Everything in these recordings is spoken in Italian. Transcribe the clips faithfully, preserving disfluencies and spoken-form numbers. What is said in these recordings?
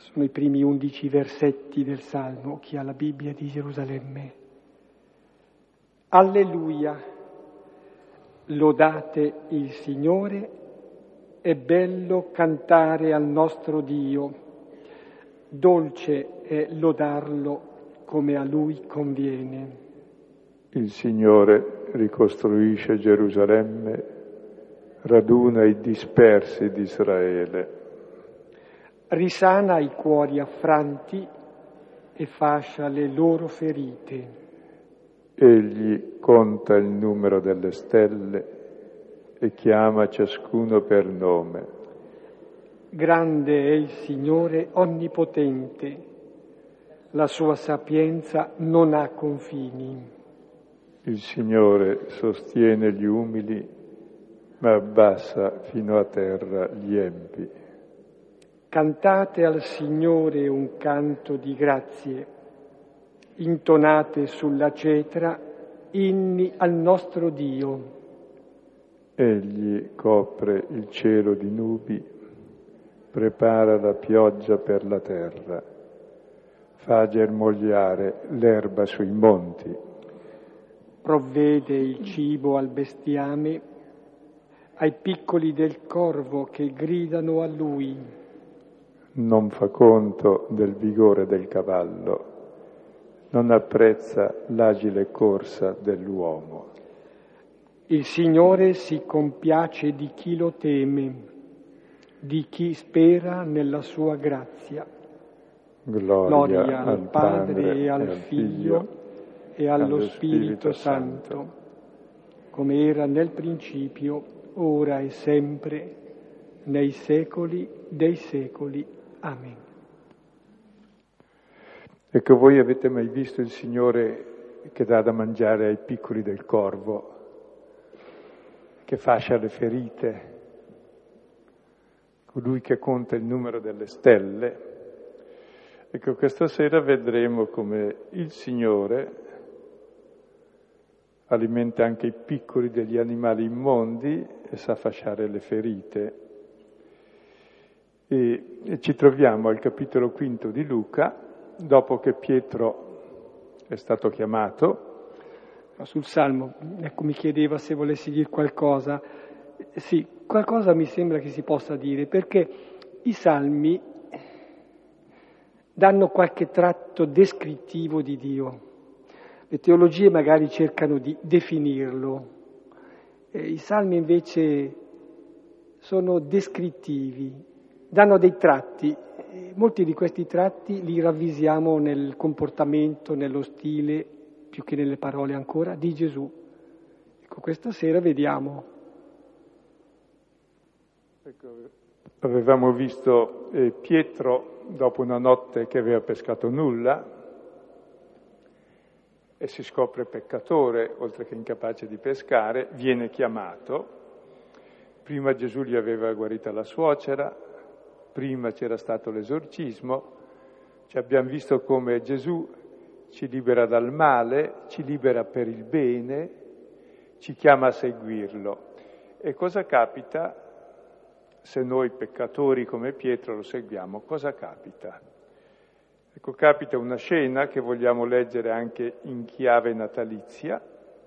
Sono i primi undici versetti del Salmo, chi ha la Bibbia di Gerusalemme. Alleluia, lodate il Signore, è bello cantare al nostro Dio, dolce è lodarlo come a Lui conviene. Il Signore ricostruisce Gerusalemme, raduna i dispersi di Israele. Risana i cuori affranti e fascia le loro ferite. Egli conta il numero delle stelle e chiama ciascuno per nome. Grande è il Signore onnipotente, la sua sapienza non ha confini. Il Signore sostiene gli umili, ma abbassa fino a terra gli empi. Cantate al Signore un canto di grazie, intonate sulla cetra inni al nostro Dio. Egli copre il cielo di nubi, prepara la pioggia per la terra, fa germogliare l'erba sui monti. Provvede il cibo al bestiame, ai piccoli del corvo che gridano a Lui. Non fa conto del vigore del cavallo, non apprezza l'agile corsa dell'uomo. Il Signore si compiace di chi lo teme, di chi spera nella sua grazia. Gloria, Gloria al, al Padre, Padre e al Figlio, Figlio e allo, allo Spirito, Spirito Santo, Santo, come era nel principio, ora e sempre, nei secoli dei secoli. Amen. Ecco, voi avete mai visto il Signore che dà da mangiare ai piccoli del corvo, che fascia le ferite, colui che conta il numero delle stelle? Ecco, questa sera vedremo come il Signore alimenta anche i piccoli degli animali immondi e sa fasciare le ferite. E, e ci troviamo al capitolo quinto di Luca, dopo che Pietro è stato chiamato. Sul Salmo, ecco, mi chiedeva se volessi dire qualcosa. Sì, qualcosa mi sembra che si possa dire, perché i Salmi danno qualche tratto descrittivo di Dio. Le teologie magari cercano di definirlo, e i Salmi invece sono descrittivi, danno dei tratti. Molti di questi tratti li ravvisiamo nel comportamento, nello stile, più che nelle parole ancora, di Gesù. Ecco, questa sera vediamo. Ecco, avevamo visto eh, Pietro dopo una notte che aveva pescato nulla e si scopre peccatore, oltre che incapace di pescare, viene chiamato. Prima Gesù gli aveva guarita la suocera, prima c'era stato l'esorcismo, cioè abbiamo visto come Gesù ci libera dal male, ci libera per il bene, ci chiama a seguirlo. E cosa capita se noi peccatori come Pietro lo seguiamo? Cosa capita? Ecco, capita una scena che vogliamo leggere anche in chiave natalizia.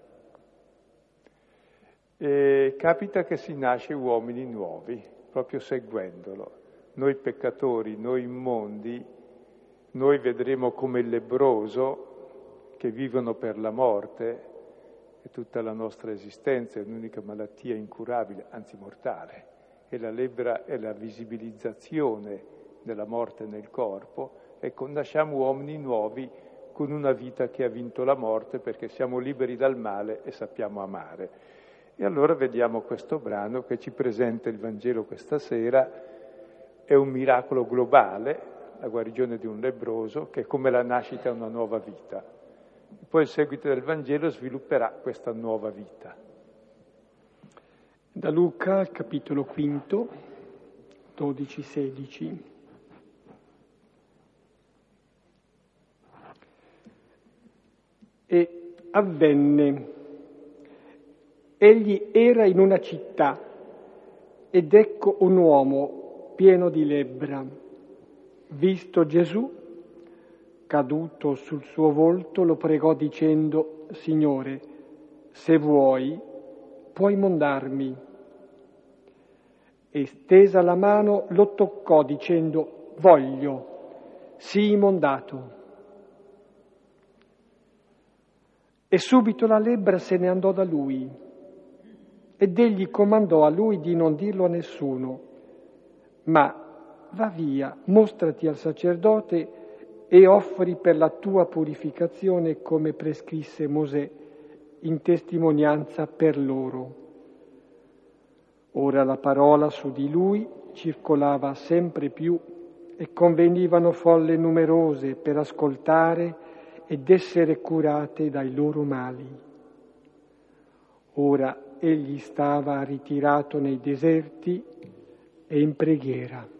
E capita che si nasce uomini nuovi, proprio seguendolo. Noi peccatori, noi immondi, noi vedremo come il lebbroso che vivono per la morte, e tutta la nostra esistenza è un'unica malattia incurabile, anzi mortale, e la lebbra è la visibilizzazione della morte nel corpo. Ecco, nasciamo uomini nuovi con una vita che ha vinto la morte perché siamo liberi dal male e sappiamo amare. E allora vediamo questo brano che ci presenta il Vangelo questa sera. È un miracolo globale, la guarigione di un lebbroso, che è come la nascita a una nuova vita. Poi il seguito del Vangelo svilupperà questa nuova vita. Da Luca, capitolo quinto, dodici sedici. E avvenne, egli era in una città ed ecco un uomo pieno di lebbra. Visto Gesù, caduto sul suo volto, lo pregò dicendo: Signore, se vuoi, puoi mondarmi. E stesa la mano lo toccò dicendo: voglio, sii mondato. E subito la lebbra se ne andò da lui, ed egli comandò a lui di non dirlo a nessuno, ma va via, mostrati al sacerdote e offri per la tua purificazione come prescrisse Mosè, in testimonianza per loro. Ora la parola su di lui circolava sempre più e convenivano folle numerose per ascoltare ed essere curate dai loro mali. Ora egli stava ritirato nei deserti e in preghiera.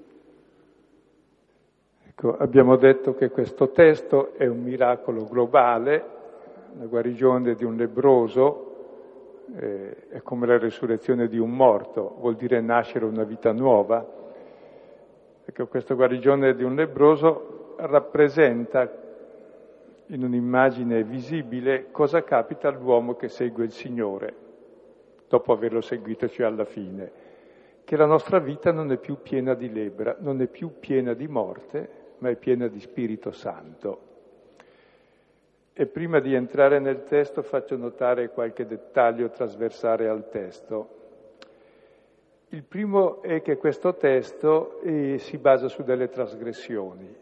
Ecco, abbiamo detto che questo testo è un miracolo globale, la guarigione di un lebbroso eh, è come la resurrezione di un morto, vuol dire nascere una vita nuova. Ecco, questa guarigione di un lebbroso rappresenta in un'immagine visibile cosa capita all'uomo che segue il Signore, dopo averlo seguito, cioè alla fine, che la nostra vita non è più piena di lebbra, non è più piena di morte, ma è piena di Spirito Santo. E prima di entrare nel testo faccio notare qualche dettaglio trasversale al testo. Il primo è che questo testo eh, si basa su delle trasgressioni.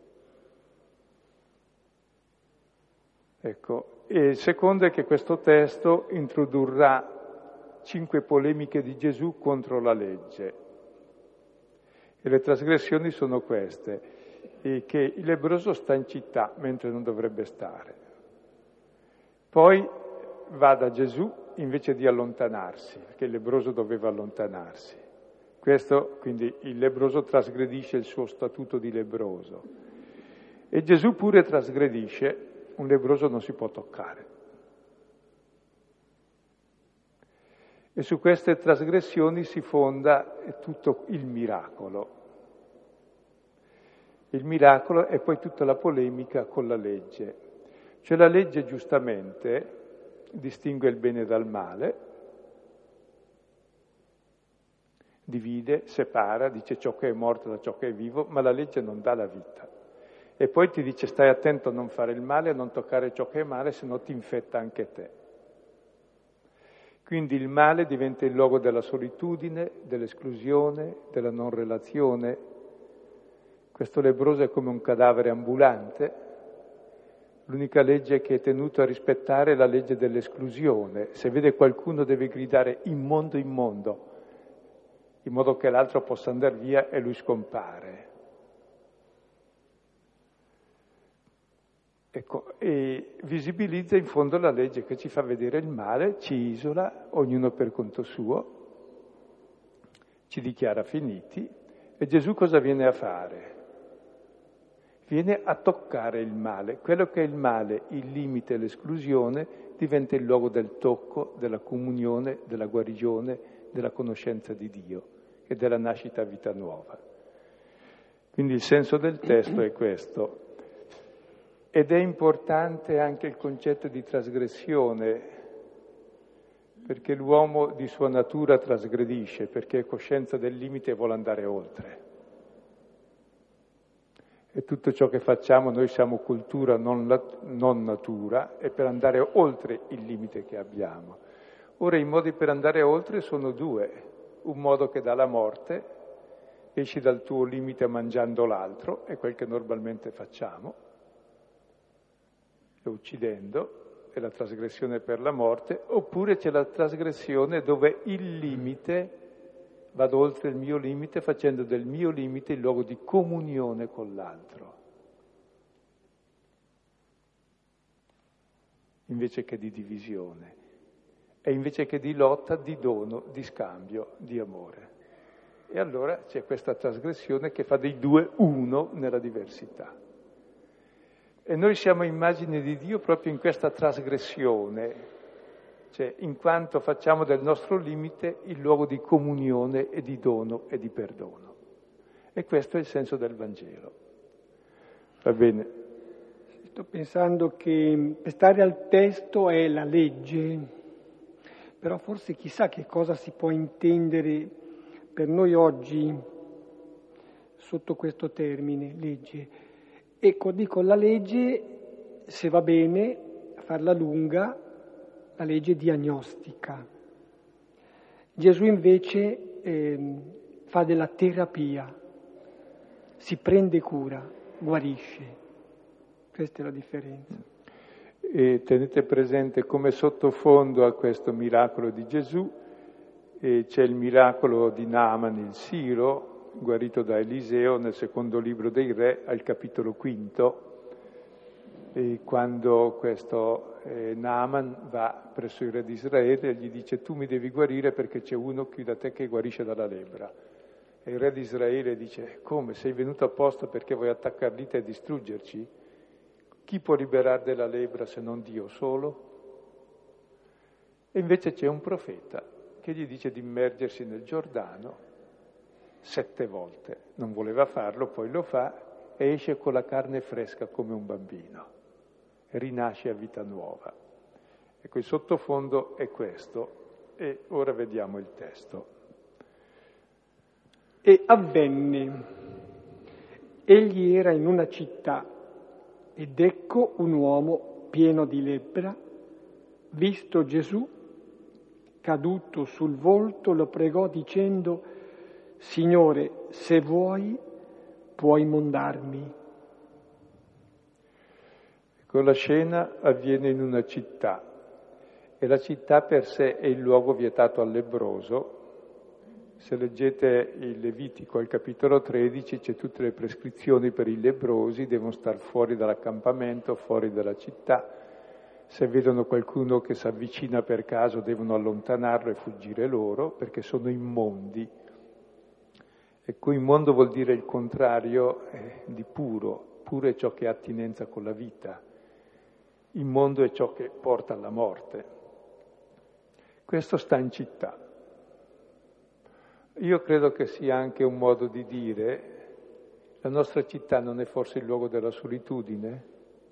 Ecco, e il secondo è che questo testo introdurrà cinque polemiche di Gesù contro la legge. E le trasgressioni sono queste, e che il lebbroso sta in città mentre non dovrebbe stare. Poi va da Gesù invece di allontanarsi, perché il lebbroso doveva allontanarsi. Questo, quindi, il lebbroso trasgredisce il suo statuto di lebbroso. E Gesù pure trasgredisce. Un lebbroso non si può toccare. E su queste trasgressioni si fonda tutto il miracolo. Il miracolo è poi tutta la polemica con la legge. Cioè la legge giustamente distingue il bene dal male, divide, separa, dice ciò che è morto da ciò che è vivo, ma la legge non dà la vita. E poi ti dice stai attento a non fare il male, a non toccare ciò che è male, se no ti infetta anche te. Quindi il male diventa il luogo della solitudine, dell'esclusione, della non relazione. Questo lebbroso è come un cadavere ambulante. L'unica legge che è tenuto a rispettare è la legge dell'esclusione. Se vede qualcuno deve gridare immondo, immondo, in modo che l'altro possa andare via e lui scompare. Ecco, e visibilizza in fondo la legge che ci fa vedere il male, ci isola, ognuno per conto suo, ci dichiara finiti. E Gesù cosa viene a fare? Viene a toccare il male. Quello che è il male, il limite, l'esclusione, diventa il luogo del tocco, della comunione, della guarigione, della conoscenza di Dio e della nascita a vita nuova. Quindi il senso del testo è questo. Ed è importante anche il concetto di trasgressione, perché l'uomo di sua natura trasgredisce, perché è coscienza del limite e vuole andare oltre. E tutto ciò che facciamo, noi siamo cultura, non, la, non natura, è per andare oltre il limite che abbiamo. Ora i modi per andare oltre sono due. Un modo che dà la morte, esci dal tuo limite mangiando l'altro, è quel che normalmente facciamo, uccidendo, è la trasgressione per la morte, oppure c'è la trasgressione dove il limite, vado oltre il mio limite facendo del mio limite il luogo di comunione con l'altro, invece che di divisione, e invece che di lotta, di dono, di scambio, di amore. E allora c'è questa trasgressione che fa dei due uno nella diversità. E noi siamo immagini di Dio proprio in questa trasgressione, cioè in quanto facciamo del nostro limite il luogo di comunione e di dono e di perdono. E questo è il senso del Vangelo. Va bene. Sto pensando che per stare al testo è la legge, però forse chissà che cosa si può intendere per noi oggi sotto questo termine, legge. Ecco, dico la legge, se va bene, a farla lunga, la legge diagnostica. Gesù invece eh, fa della terapia, si prende cura, guarisce. Questa è la differenza. E tenete presente come sottofondo a questo miracolo di Gesù e c'è il miracolo di Naaman il Siro, guarito da Eliseo nel secondo libro dei Re, al capitolo quinto, e quando questo eh, Naaman va presso il re di Israele e gli dice: tu mi devi guarire perché c'è uno qui da te che guarisce dalla lebbra. E il re di Israele dice: come, sei venuto apposta perché vuoi attaccar lì e distruggerci? Chi può liberare dalla lebbra se non Dio solo? E invece c'è un profeta che gli dice di immergersi nel Giordano sette volte. Non voleva farlo, poi lo fa e esce con la carne fresca come un bambino. Rinasce a vita nuova. Ecco, il sottofondo è questo. E ora vediamo il testo. E avvenne, egli era in una città, ed ecco un uomo pieno di lebbra, visto Gesù, caduto sul volto, lo pregò dicendo: Signore, se vuoi, puoi mondarmi. Ecco, la scena avviene in una città, e la città per sé è il luogo vietato al lebbroso. Se leggete il Levitico al capitolo tredici c'è tutte le prescrizioni per i lebbrosi, devono star fuori dall'accampamento, fuori dalla città. Se vedono qualcuno che si avvicina per caso devono allontanarlo e fuggire loro perché sono immondi. Ecco, immondo vuol dire il contrario eh, di puro. Puro è ciò che ha attinenza con la vita. Immondo è ciò che porta alla morte. Questo sta in città. Io credo che sia anche un modo di dire: la nostra città non è forse il luogo della solitudine,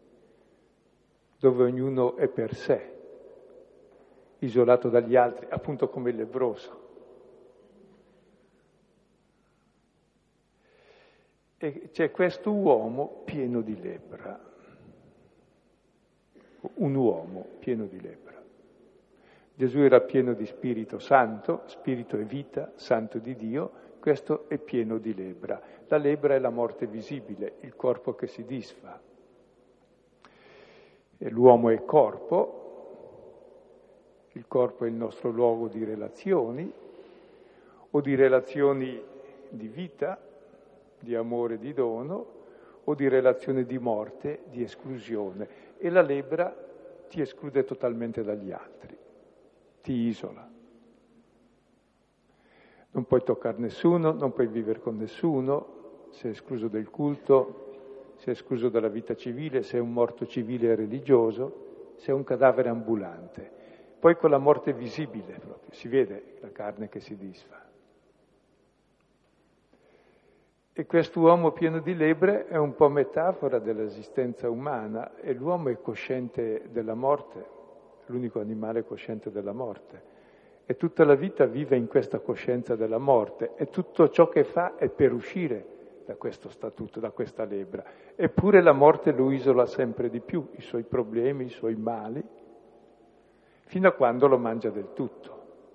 dove ognuno è per sé, isolato dagli altri, appunto come il lebbroso. E c'è questo uomo pieno di lebbra, un uomo pieno di lebbra. Gesù era pieno di Spirito Santo, Spirito è vita, Santo di Dio, questo è pieno di lebbra. La lebbra è la morte visibile, il corpo che si disfa. E l'uomo è corpo, il corpo è il nostro luogo di relazioni, o di relazioni di vita, di amore, di dono, o di relazioni di morte, di esclusione. E la lebbra ti esclude totalmente dagli altri. Ti isola. Non puoi toccare nessuno, non puoi vivere con nessuno, sei escluso del culto, sei escluso dalla vita civile, sei un morto civile e religioso, sei un cadavere ambulante. Poi con la morte visibile proprio, si vede la carne che si disfa. E quest'uomo pieno di lebbra è un po' metafora dell'esistenza umana, e l'uomo è cosciente della morte, l'unico animale cosciente della morte, e tutta la vita vive in questa coscienza della morte, e tutto ciò che fa è per uscire da questo statuto, da questa lebbra. Eppure la morte lo isola sempre di più, i suoi problemi, i suoi mali, fino a quando lo mangia del tutto.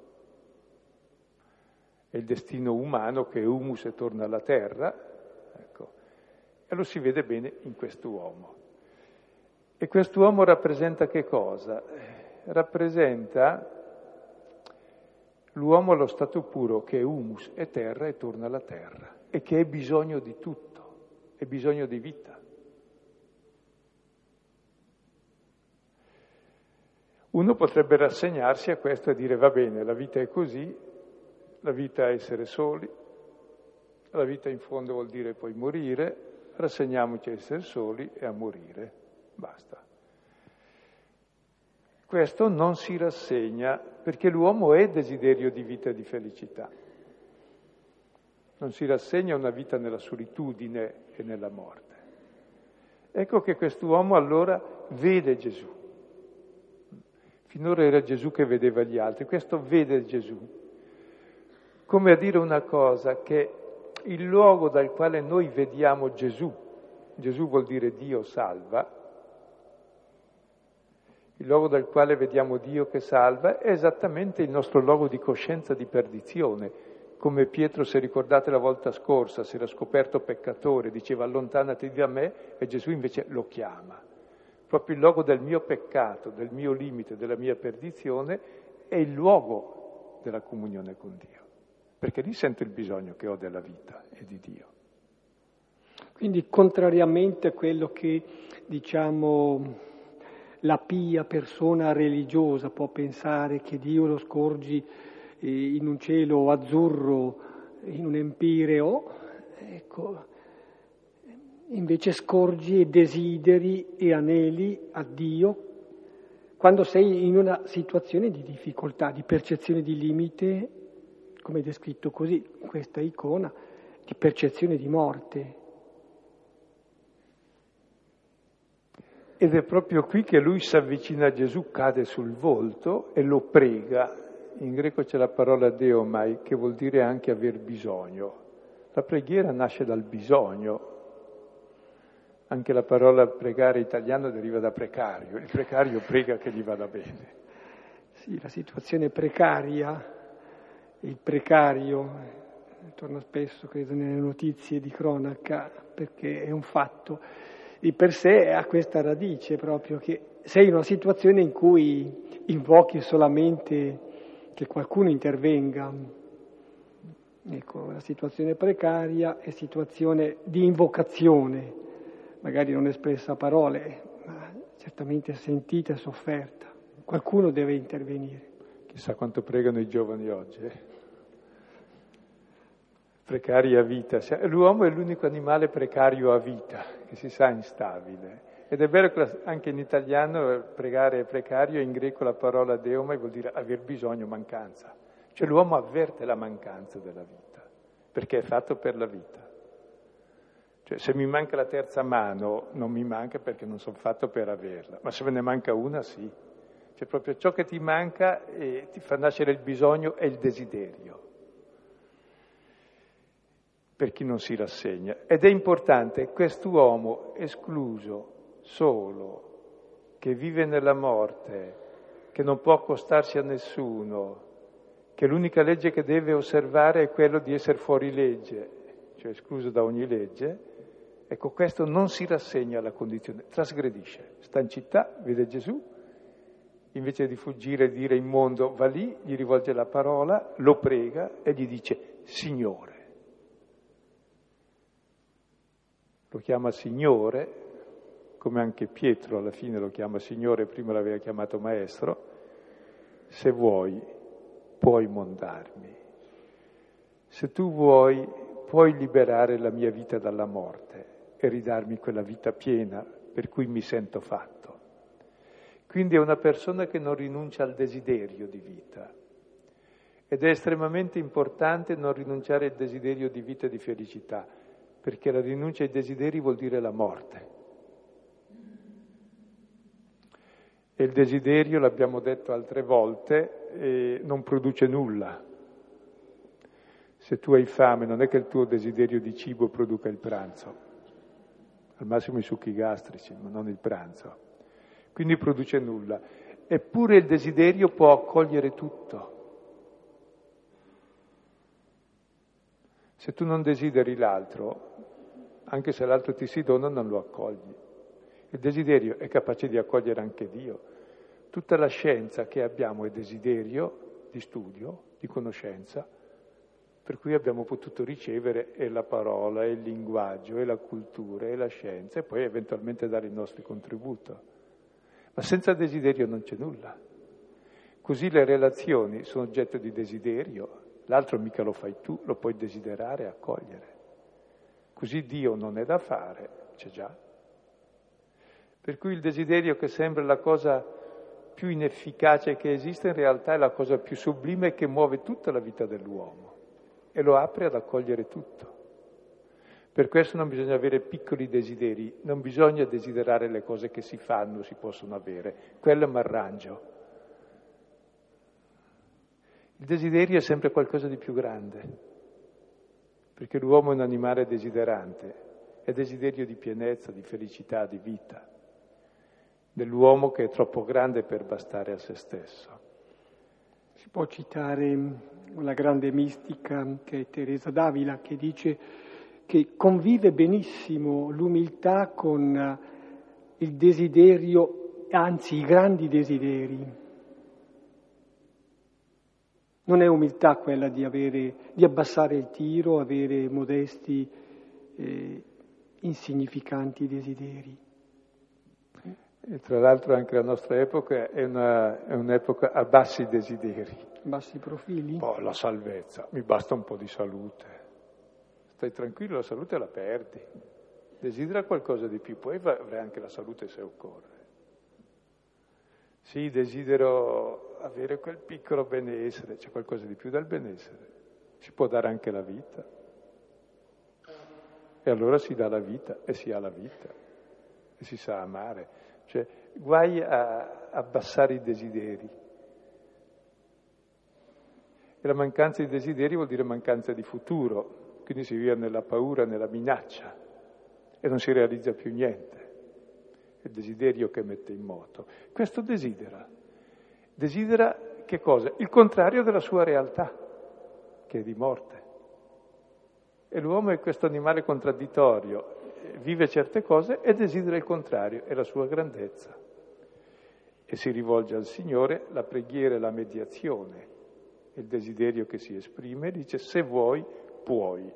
È il destino umano che è humus e torna alla terra, ecco, e lo si vede bene in quest'uomo. E quest'uomo rappresenta che cosa? Rappresenta l'uomo allo stato puro che è humus e terra e torna alla terra e che è bisogno di tutto, è bisogno di vita. Uno potrebbe rassegnarsi a questo e dire: va bene, la vita è così, la vita è essere soli, la vita in fondo vuol dire poi morire, rassegniamoci a essere soli e a morire. Basta. Questo non si rassegna perché l'uomo è desiderio di vita e di felicità. Non si rassegna a una vita nella solitudine e nella morte. Ecco che quest'uomo allora vede Gesù. Finora era Gesù che vedeva gli altri, questo vede Gesù. Come a dire una cosa, che il luogo dal quale noi vediamo Gesù, Gesù vuol dire Dio salva, il luogo dal quale vediamo Dio che salva è esattamente il nostro luogo di coscienza di perdizione. Come Pietro, se ricordate la volta scorsa, si era scoperto peccatore, diceva allontanati da me, e Gesù invece lo chiama. Proprio il luogo del mio peccato, del mio limite, della mia perdizione, è il luogo della comunione con Dio, perché lì sento il bisogno che ho della vita e di Dio. Quindi, contrariamente a quello che, diciamo, la pia persona religiosa può pensare, che Dio lo scorgi in un cielo azzurro, in un empireo, ecco, invece scorgi e desideri e aneli a Dio quando sei in una situazione di difficoltà, di percezione di limite, come è descritto così in questa icona, di percezione di morte. Ed è proprio qui che lui si avvicina a Gesù, cade sul volto e lo prega. In greco c'è la parola deomai, che vuol dire anche aver bisogno. La preghiera nasce dal bisogno. Anche la parola pregare italiano deriva da precario. Il precario prega che gli vada bene. Sì, la situazione precaria, il precario, torna spesso, credo, nelle notizie di cronaca, perché è un fatto. Di per sé ha questa radice proprio, che sei in una situazione in cui invochi solamente che qualcuno intervenga. Ecco, la situazione precaria è situazione di invocazione, magari non espressa a parole, ma certamente sentita e sofferta. Qualcuno deve intervenire. Chissà quanto pregano i giovani oggi. Eh? Precari a vita. L'uomo è l'unico animale precario a vita, che si sa instabile. Ed è vero che anche in italiano pregare è precario, in greco la parola deomai vuol dire aver bisogno, mancanza. Cioè l'uomo avverte la mancanza della vita, perché è fatto per la vita. Cioè se mi manca la terza mano, non mi manca perché non sono fatto per averla, ma se me ne manca una, sì. Cioè proprio ciò che ti manca e ti fa nascere il bisogno e il desiderio, per chi non si rassegna. Ed è importante, quest'uomo escluso, solo, che vive nella morte, che non può accostarsi a nessuno, che l'unica legge che deve osservare è quello di essere fuori legge, cioè escluso da ogni legge, ecco, questo non si rassegna alla condizione, trasgredisce. Sta in città, vede Gesù, invece di fuggire e dire immondo, va lì, gli rivolge la parola, lo prega e gli dice Signore. Lo chiama Signore, come anche Pietro alla fine lo chiama Signore, prima l'aveva chiamato Maestro. Se vuoi, puoi mondarmi. Se tu vuoi, puoi liberare la mia vita dalla morte e ridarmi quella vita piena per cui mi sento fatto. Quindi è una persona che non rinuncia al desiderio di vita. Ed è estremamente importante non rinunciare al desiderio di vita e di felicità, perché la rinuncia ai desideri vuol dire la morte. E il desiderio, l'abbiamo detto altre volte, eh, non produce nulla. Se tu hai fame, non è che il tuo desiderio di cibo produca il pranzo. Al massimo i succhi gastrici, ma non il pranzo. Quindi produce nulla. Eppure il desiderio può accogliere tutto. Se tu non desideri l'altro, anche se l'altro ti si dona, non lo accogli. Il desiderio è capace di accogliere anche Dio. Tutta la scienza che abbiamo è desiderio di studio, di conoscenza, per cui abbiamo potuto ricevere e la parola, e il linguaggio, e la cultura, e la scienza, e poi eventualmente dare il nostro contributo. Ma senza desiderio non c'è nulla. Così le relazioni sono oggetto di desiderio, l'altro mica lo fai tu, lo puoi desiderare e accogliere. Così Dio non è da fare, c'è già. Per cui il desiderio, che sembra la cosa più inefficace che esiste, in realtà è la cosa più sublime che muove tutta la vita dell'uomo e lo apre ad accogliere tutto. Per questo non bisogna avere piccoli desideri, non bisogna desiderare le cose che si fanno, si possono avere. Quello è m'arrangio. Il desiderio è sempre qualcosa di più grande, perché l'uomo è un animale desiderante, è desiderio di pienezza, di felicità, di vita, dell'uomo che è troppo grande per bastare a se stesso. Si può citare una grande mistica che è Teresa d'Avila, che dice che convive benissimo l'umiltà con il desiderio, anzi i grandi desideri. Non è umiltà quella di avere, di abbassare il tiro, avere modesti, eh, insignificanti desideri. E tra l'altro anche la nostra epoca è, una, è un'epoca a bassi desideri. Bassi profili? Oh, la salvezza, mi basta un po' di salute. Stai tranquillo, la salute la perdi. Desidera qualcosa di più, poi avrai anche la salute se occorre. Sì, desidero avere quel piccolo benessere, c'è qualcosa di più dal benessere. Si può dare anche la vita. E allora si dà la vita e si ha la vita e si sa amare. Cioè, guai a abbassare i desideri. E la mancanza di desideri vuol dire mancanza di futuro. Quindi si vive nella paura, nella minaccia e non si realizza più niente. È il desiderio che mette in moto. Questo desidera. Desidera che cosa? Il contrario della sua realtà, che è di morte. E l'uomo è questo animale contraddittorio, vive certe cose e desidera il contrario, è la sua grandezza. E si rivolge al Signore, la preghiera e la mediazione, il desiderio che si esprime, dice se vuoi, puoi.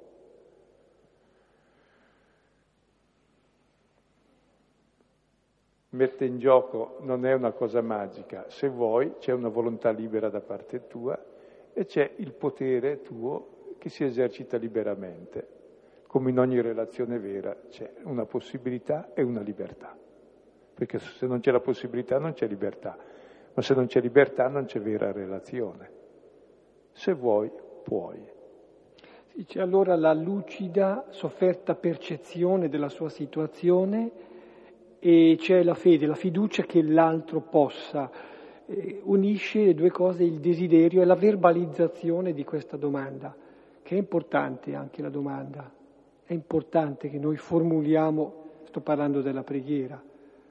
Mette in gioco non è una cosa magica, se vuoi c'è una volontà libera da parte tua e c'è il potere tuo che si esercita liberamente. Come in ogni relazione vera c'è una possibilità e una libertà, perché se non c'è la possibilità non c'è libertà, ma se non c'è libertà non c'è vera relazione. Se vuoi, puoi. Sì, c'è allora la lucida, sofferta percezione della sua situazione e c'è la fede, la fiducia che l'altro possa. Eh, unisce le due cose, il desiderio e la verbalizzazione di questa domanda, che è importante anche la domanda. È importante che noi formuliamo, sto parlando della preghiera,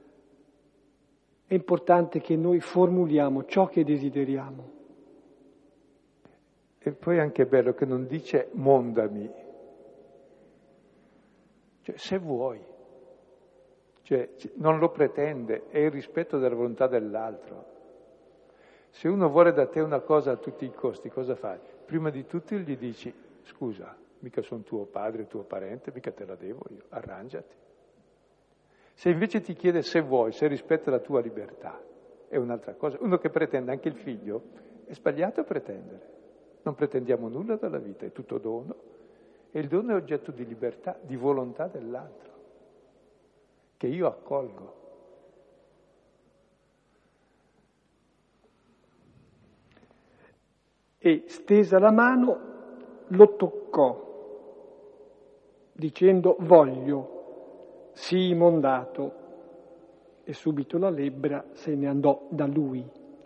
è importante che noi formuliamo ciò che desideriamo. E poi è anche bello che non dice mondami, cioè se vuoi, cioè non lo pretende, è il rispetto della volontà dell'altro. Se uno vuole da te una cosa a tutti i costi, cosa fai? Prima di tutto gli dici, scusa, mica sono tuo padre, tuo parente, mica te la devo io, arrangiati. Se invece ti chiede se vuoi, se rispetta la tua libertà, è un'altra cosa. Uno che pretende anche il figlio, è sbagliato a pretendere. Non pretendiamo nulla dalla vita, è tutto dono. E il dono è oggetto di libertà, di volontà dell'altro, che io accolgo. E stesa la mano, lo toccò, dicendo voglio, sii mondato, e subito la lebbra se ne andò da lui.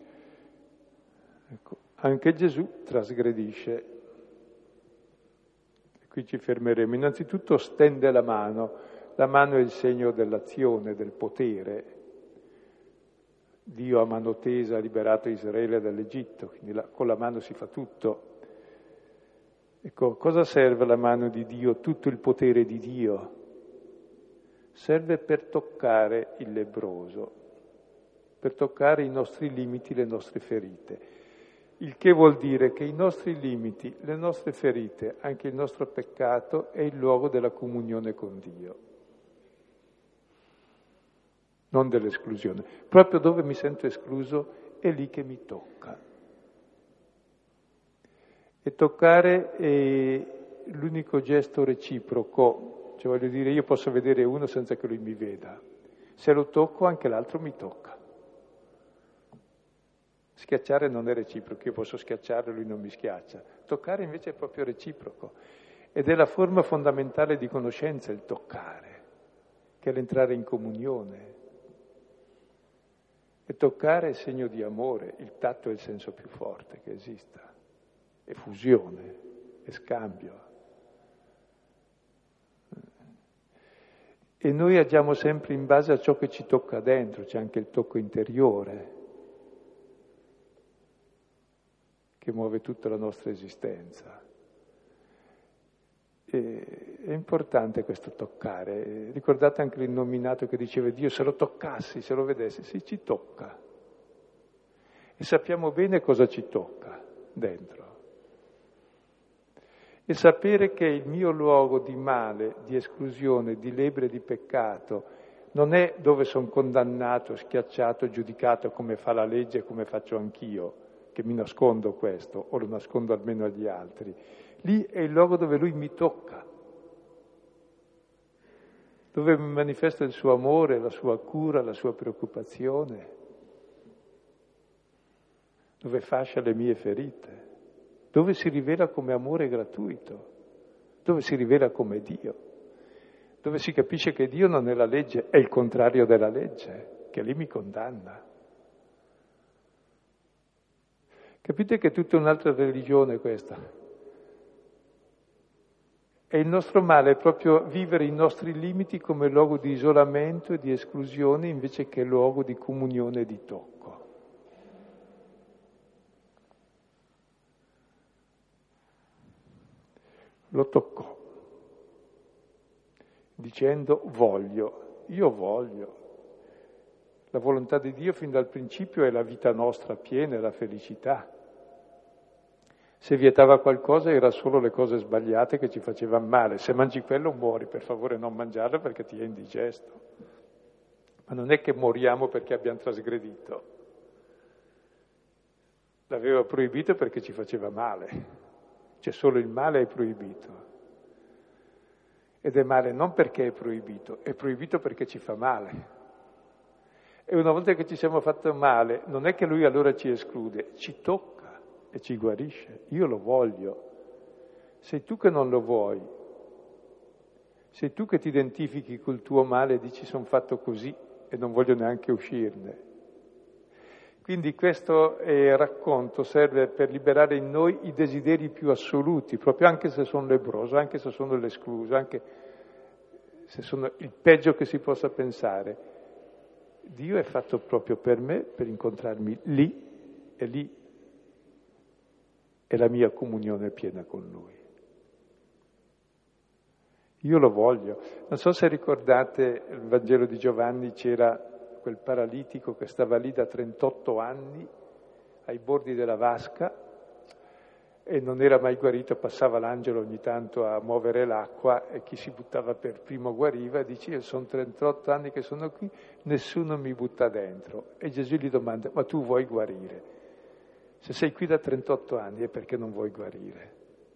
Ecco, anche Gesù trasgredisce. E qui ci fermeremo. Innanzitutto stende la mano. La mano è il segno dell'azione, del potere. Dio a mano tesa ha liberato Israele dall'Egitto, quindi la, con la mano si fa tutto. Ecco, cosa serve la mano di Dio? Tutto il potere di Dio. Serve per toccare il lebbroso, per toccare i nostri limiti, le nostre ferite. Il che vuol dire che i nostri limiti, le nostre ferite, anche il nostro peccato è il luogo della comunione con Dio, non dell'esclusione. Proprio dove mi sento escluso è lì che mi tocca. E toccare è l'unico gesto reciproco, cioè voglio dire, io posso vedere uno senza che lui mi veda. Se lo tocco anche l'altro mi tocca. Schiacciare non è reciproco, io posso schiacciare e lui non mi schiaccia. Toccare invece è proprio reciproco. Ed è la forma fondamentale di conoscenza il toccare, che è l'entrare in comunione. E toccare è segno di amore, il tatto è il senso più forte che esista, è fusione, è scambio. E noi agiamo sempre in base a ciò che ci tocca dentro, c'è anche il tocco interiore che muove tutta la nostra esistenza. E è importante questo toccare. Ricordate anche l'innominato che diceva Dio, se lo toccassi, se lo vedessi, sì, ci tocca. E sappiamo bene cosa ci tocca dentro. E sapere che il mio luogo di male, di esclusione, di lebbra e di peccato non è dove sono condannato, schiacciato, giudicato come fa la legge e come faccio anch'io, che mi nascondo questo o lo nascondo almeno agli altri. Lì è il luogo dove Lui mi tocca, dove mi manifesta il suo amore, la sua cura, la sua preoccupazione, dove fascia le mie ferite, dove si rivela come amore gratuito, dove si rivela come Dio, dove si capisce che Dio non è la legge, è il contrario della legge, che lì mi condanna. Capite che è tutta un'altra religione questa? E il nostro male è proprio vivere i nostri limiti come luogo di isolamento e di esclusione invece che luogo di comunione e di tocco. Lo toccò, dicendo voglio, io voglio. La volontà di Dio fin dal principio è la vita nostra piena, è la felicità. Se vietava qualcosa era solo le cose sbagliate che ci facevano male. Se mangi quello muori, per favore non mangiarlo perché ti è indigesto. Ma non è che moriamo perché abbiamo trasgredito. L'aveva proibito perché ci faceva male. Cioè solo il male è proibito. Ed è male non perché è proibito, è proibito perché ci fa male. E una volta che ci siamo fatto male, non è che Lui allora ci esclude, ci tocca e ci guarisce. Io lo voglio. Sei tu che non lo vuoi. Sei tu che ti identifichi col tuo male e dici sono fatto così e non voglio neanche uscirne. Quindi questo eh, racconto serve per liberare in noi i desideri più assoluti, proprio anche se sono lebbroso, anche se sono l'escluso, anche se sono il peggio che si possa pensare. Dio è fatto proprio per me, per incontrarmi lì e lì è la mia comunione piena con Lui. Io lo voglio. Non so se ricordate il Vangelo di Giovanni, c'era quel paralitico che stava lì da trentotto anni ai bordi della vasca e non era mai guarito, passava l'angelo ogni tanto a muovere l'acqua e chi si buttava per primo guariva e dice io sono trentotto anni che sono qui, nessuno mi butta dentro. E Gesù gli domanda, ma tu vuoi guarire? Se sei qui da trentotto anni è perché non vuoi guarire.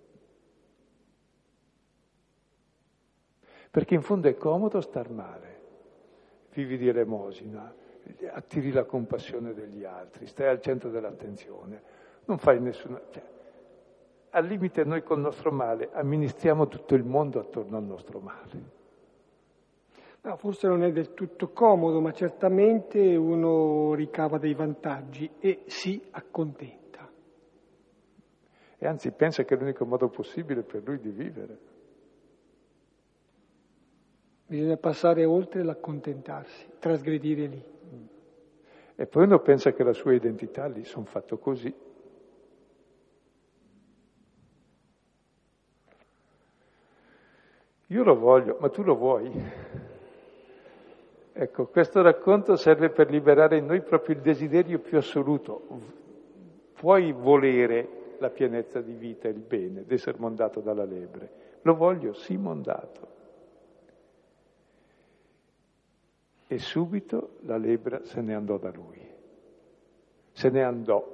Perché in fondo è comodo star male. Vivi di elemosina, attiri la compassione degli altri, stai al centro dell'attenzione, non fai nessuna... Cioè, al limite noi col nostro male amministriamo tutto il mondo attorno al nostro male. No, forse non è del tutto comodo, ma certamente uno ricava dei vantaggi e si accontenta. E anzi pensa che è l'unico modo possibile per lui di vivere. Bisogna passare oltre l'accontentarsi, trasgredire lì. E poi uno pensa che la sua identità lì sono fatto così. Io lo voglio, ma tu lo vuoi? Ecco, questo racconto serve per liberare in noi proprio il desiderio più assoluto. Puoi volere la pienezza di vita, il bene, di essere mondato dalla lepre. Lo voglio, sì, mondato. E subito la lebbra se ne andò da lui. Se ne andò.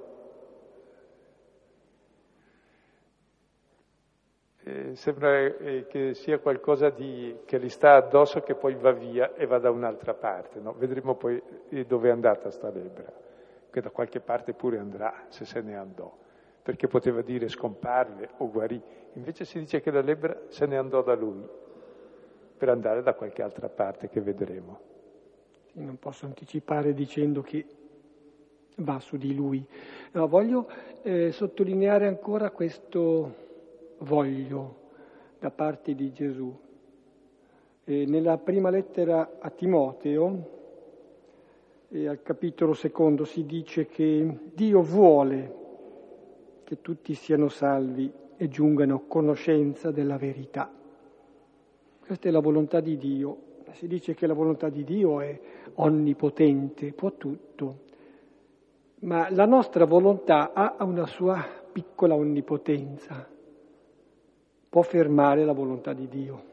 Eh, sembra eh, che sia qualcosa di, che gli sta addosso che poi va via e va da un'altra parte, no? Vedremo poi eh, dove è andata sta lebbra, che da qualche parte pure andrà se se ne andò. perché poteva dire scomparve o guarì. Invece si dice che la lebbra se ne andò da lui per andare da qualche altra parte che vedremo. Non posso anticipare dicendo che va su di lui. No, voglio eh, sottolineare ancora questo voglio da parte di Gesù. Eh, nella prima lettera a Timoteo, eh, al capitolo secondo, si dice che Dio vuole che tutti siano salvi e giungano a conoscenza della verità. Questa è la volontà di Dio. Si dice che la volontà di Dio è onnipotente, può tutto, ma la nostra volontà ha una sua piccola onnipotenza, può fermare la volontà di Dio.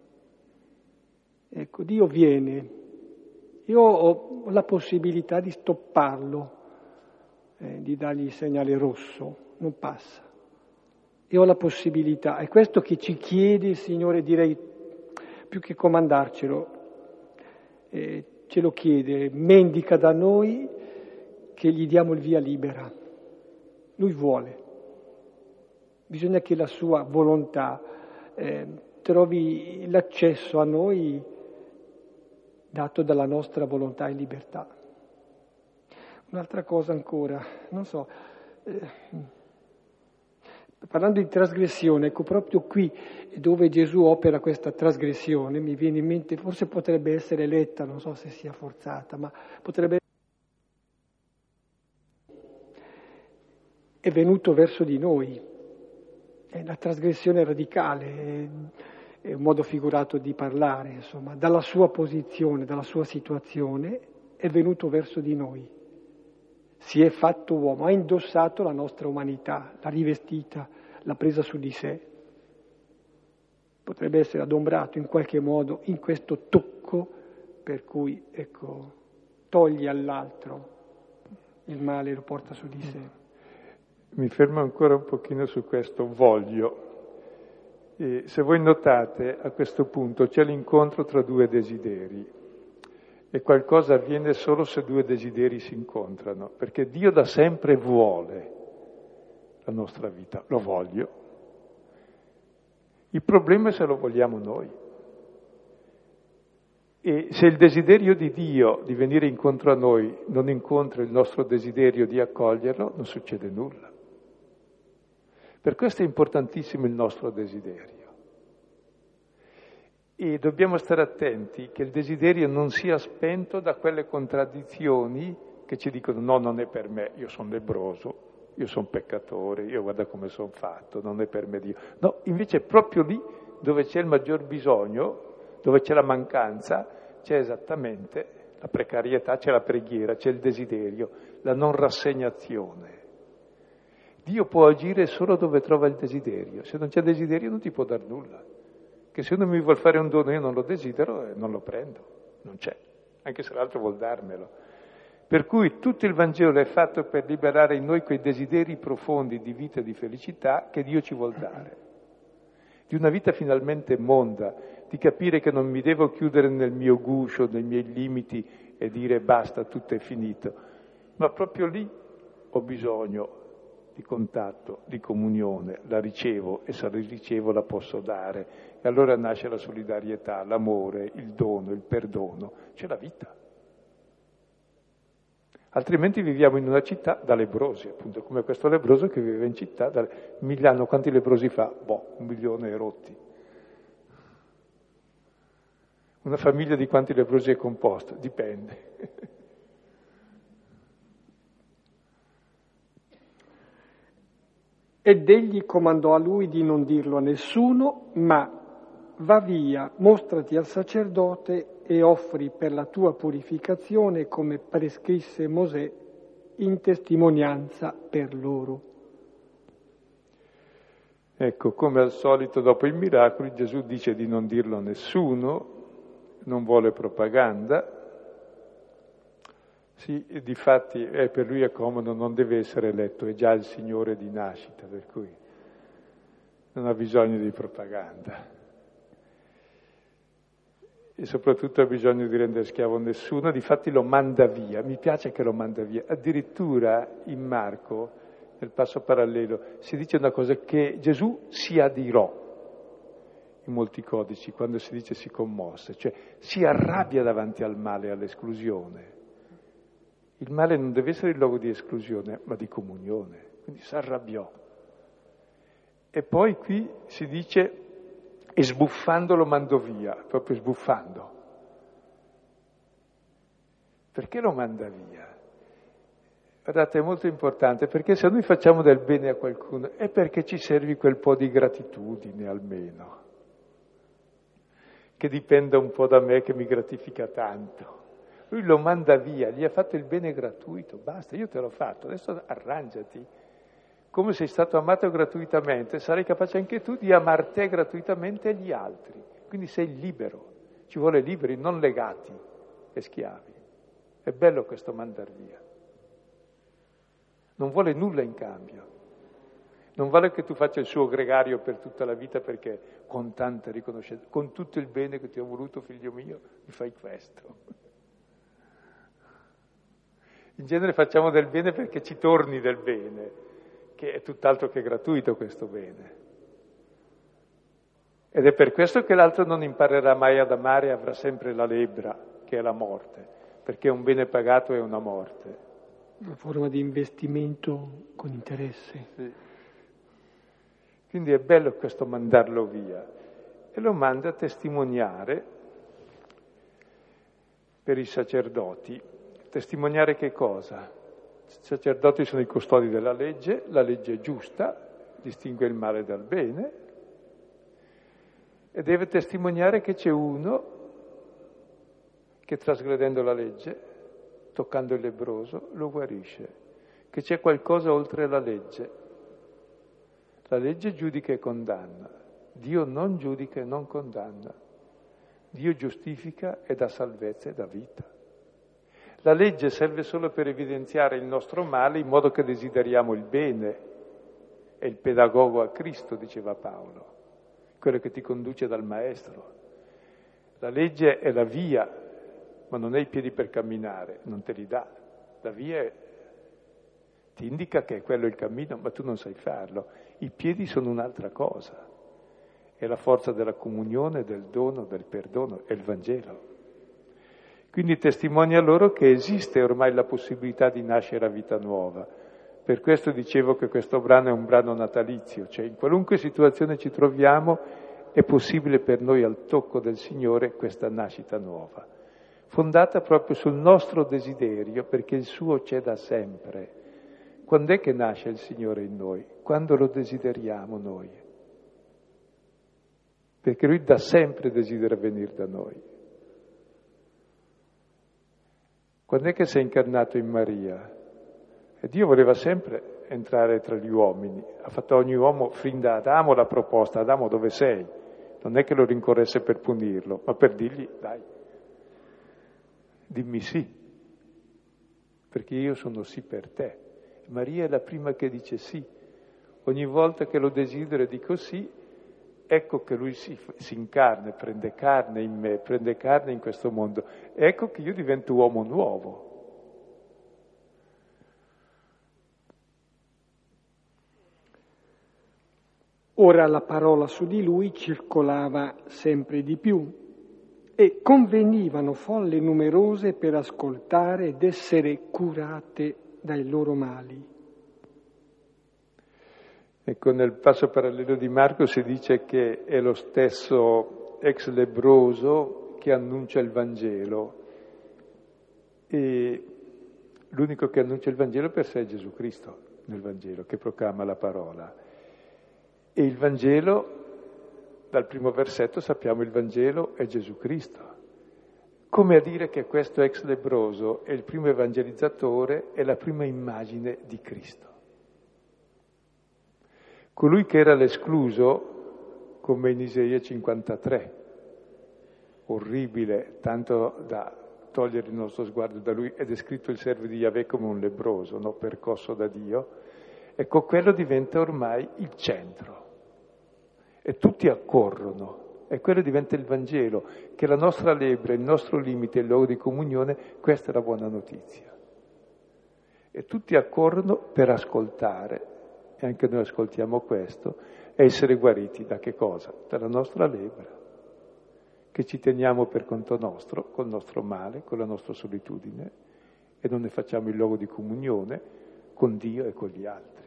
Ecco, Dio viene, io ho la possibilità di stopparlo, eh, di dargli il segnale rosso, non passa. E ho la possibilità, è questo che ci chiede il Signore, direi, più che comandarcelo, eh, ce lo chiede, mendica da noi che gli diamo il via libera. Lui vuole. Bisogna che la sua volontà eh, trovi l'accesso a noi dato dalla nostra volontà e libertà. Un'altra cosa ancora, non so, eh, parlando di trasgressione, ecco, proprio qui dove Gesù opera questa trasgressione, mi viene in mente, forse potrebbe essere letta, non so se sia forzata, ma potrebbe è venuto verso di noi. È la trasgressione radicale, è, è un modo figurato di parlare, insomma, dalla sua posizione, dalla sua situazione, è venuto verso di noi. Si è fatto uomo, ha indossato la nostra umanità, l'ha rivestita, l'ha presa su di sé. Potrebbe essere adombrato in qualche modo in questo tocco per cui, ecco, toglie all'altro il male e lo porta su di sé. Mi fermo ancora un pochino su questo voglio. E se voi notate, a questo punto c'è l'incontro tra due desideri. E qualcosa avviene solo se due desideri si incontrano, perché Dio da sempre vuole la nostra vita, lo voglio. Il problema è se lo vogliamo noi. E se il desiderio di Dio di venire incontro a noi non incontra il nostro desiderio di accoglierlo, non succede nulla. Per questo è importantissimo il nostro desiderio. E dobbiamo stare attenti che il desiderio non sia spento da quelle contraddizioni che ci dicono no, non è per me, io sono lebbroso, io sono peccatore, io guarda come sono fatto, non è per me Dio. No, invece è proprio lì dove c'è il maggior bisogno, dove c'è la mancanza, c'è esattamente la precarietà, c'è la preghiera, c'è il desiderio, la non rassegnazione. Dio può agire solo dove trova il desiderio, se non c'è desiderio non ti può dar nulla. Che se uno mi vuol fare un dono io non lo desidero e non lo prendo, non c'è, anche se l'altro vuol darmelo. Per cui tutto il Vangelo è fatto per liberare in noi quei desideri profondi di vita e di felicità che Dio ci vuol dare. Di una vita finalmente monda, di capire che non mi devo chiudere nel mio guscio, nei miei limiti e dire basta, tutto è finito, ma proprio lì ho bisogno di contatto, di comunione, la ricevo e se la ricevo la posso dare. E allora nasce la solidarietà, l'amore, il dono, il perdono, c'è la vita. Altrimenti viviamo in una città da lebbrosi, appunto, come questo lebbroso che vive in città. Da... Milano, quanti lebbrosi fa? Boh, un milione e rotti. Una famiglia di quanti lebbrosi è composta? Dipende. Ed egli comandò a lui di non dirlo a nessuno, ma va via, mostrati al sacerdote e offri per la tua purificazione, come prescrisse Mosè, in testimonianza per loro. Ecco, come al solito dopo i miracoli Gesù dice di non dirlo a nessuno, non vuole propaganda. Sì, e difatti eh, per lui è comodo, non deve essere eletto, è già il Signore di nascita, per cui non ha bisogno di propaganda. E soprattutto ha bisogno di rendere schiavo nessuno, difatti lo manda via, mi piace che lo manda via. Addirittura in Marco nel passo parallelo, si dice una cosa, che Gesù si adirò in molti codici, quando si dice si commosse, cioè si arrabbia davanti al male e all'esclusione. Il male non deve essere il luogo di esclusione, ma di comunione, quindi si arrabbiò. E poi qui si dice, e sbuffando lo mandò via, proprio sbuffando. Perché lo manda via? Guardate, è molto importante, perché se noi facciamo del bene a qualcuno è perché ci servi quel po' di gratitudine almeno, che dipenda un po' da me, che mi gratifica tanto. Lui lo manda via, gli ha fatto il bene gratuito, basta, io te l'ho fatto, adesso arrangiati. Come sei stato amato gratuitamente, sarai capace anche tu di amar te gratuitamente e gli altri. Quindi sei libero, ci vuole liberi, non legati e schiavi. È bello questo mandar via. Non vuole nulla in cambio. Non vale che tu faccia il suo gregario per tutta la vita perché con tanta riconoscenza, con tutto il bene che ti ho voluto, figlio mio, mi fai questo. In genere facciamo del bene perché ci torni del bene, che è tutt'altro che gratuito questo bene. Ed è per questo che l'altro non imparerà mai ad amare e avrà sempre la lebbra, che è la morte, perché un bene pagato è una morte. Una forma di investimento con interesse. Sì. Quindi è bello questo mandarlo via. E lo manda a testimoniare per i sacerdoti. Testimoniare che cosa? I sacerdoti sono i custodi della legge, la legge è giusta, distingue il male dal bene, e deve testimoniare che c'è uno che trasgredendo la legge, toccando il lebbroso, lo guarisce, che c'è qualcosa oltre la legge. La legge giudica e condanna, Dio non giudica e non condanna, Dio giustifica e dà salvezza e dà vita. La legge serve solo per evidenziare il nostro male in modo che desideriamo il bene, è il pedagogo a Cristo, diceva Paolo, quello che ti conduce dal Maestro. La legge è la via, ma non hai i piedi per camminare, non te li dà. La via è, ti indica che è quello il cammino, ma tu non sai farlo. I piedi sono un'altra cosa. È la forza della comunione, del dono, del perdono, è il Vangelo. Quindi testimonia loro che esiste ormai la possibilità di nascere a vita nuova. Per questo dicevo che questo brano è un brano natalizio, cioè in qualunque situazione ci troviamo è possibile per noi al tocco del Signore questa nascita nuova, fondata proprio sul nostro desiderio, perché il suo c'è da sempre. Quando è che nasce il Signore in noi? Quando lo desideriamo noi. Perché Lui da sempre desidera venire da noi. Quando è che si è incarnato in Maria? E Dio voleva sempre entrare tra gli uomini. Ha fatto a ogni uomo, fin da Adamo, la proposta: Adamo, dove sei? Non è che lo rincorresse per punirlo, ma per dirgli: dai, dimmi sì, perché io sono sì per te. Maria è la prima che dice sì. Ogni volta che lo desidero e dico sì, ecco che lui si, si incarna, prende carne in me, prende carne in questo mondo. Ecco che io divento uomo nuovo. Ora la parola su di lui circolava sempre di più e convenivano folle numerose per ascoltare ed essere curate dai loro mali. Ecco, nel passo parallelo di Marco si dice che è lo stesso ex lebbroso che annuncia il Vangelo, e l'unico che annuncia il Vangelo per sé è Gesù Cristo nel Vangelo, che proclama la parola. E il Vangelo, dal primo versetto sappiamo, il Vangelo è Gesù Cristo. Come a dire che questo ex lebbroso è il primo evangelizzatore, è la prima immagine di Cristo. Colui che era l'escluso, come in Isaia cinquantatré, orribile, tanto da togliere il nostro sguardo da lui, è descritto il servo di Yahweh come un lebbroso, no? Percosso da Dio. Ecco, quello diventa ormai il centro. E tutti accorrono, e quello diventa il Vangelo, che la nostra lebbra, il nostro limite, il luogo di comunione, questa è la buona notizia. E tutti accorrono per ascoltare, e anche noi ascoltiamo questo, e essere guariti da che cosa? Dalla nostra lebbra, che ci teniamo per conto nostro, col nostro male, con la nostra solitudine, e non ne facciamo il luogo di comunione con Dio e con gli altri.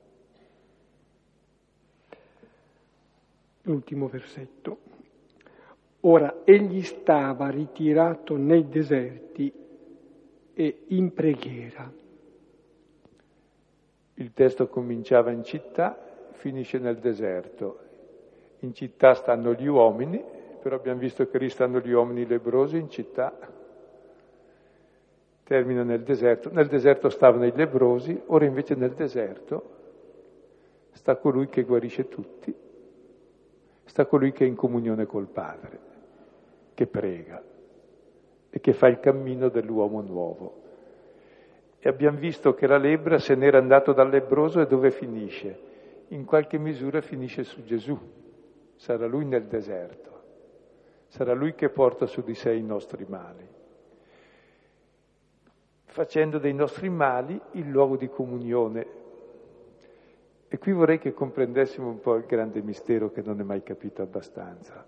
L'ultimo versetto. Ora egli stava ritirato nei deserti e in preghiera. Il testo cominciava in città, finisce nel deserto. In città stanno gli uomini, però abbiamo visto che lì stanno gli uomini lebbrosi in città. Termina nel deserto. Nel deserto stavano i lebbrosi, ora invece nel deserto sta colui che guarisce tutti, sta colui che è in comunione col Padre, che prega e che fa il cammino dell'uomo nuovo. E abbiamo visto che la lebbra se n'era andato dal lebbroso e dove finisce? In qualche misura finisce su Gesù. Sarà lui nel deserto, sarà lui che porta su di sé i nostri mali, facendo dei nostri mali il luogo di comunione. E qui vorrei che comprendessimo un po' il grande mistero che non è mai capito abbastanza.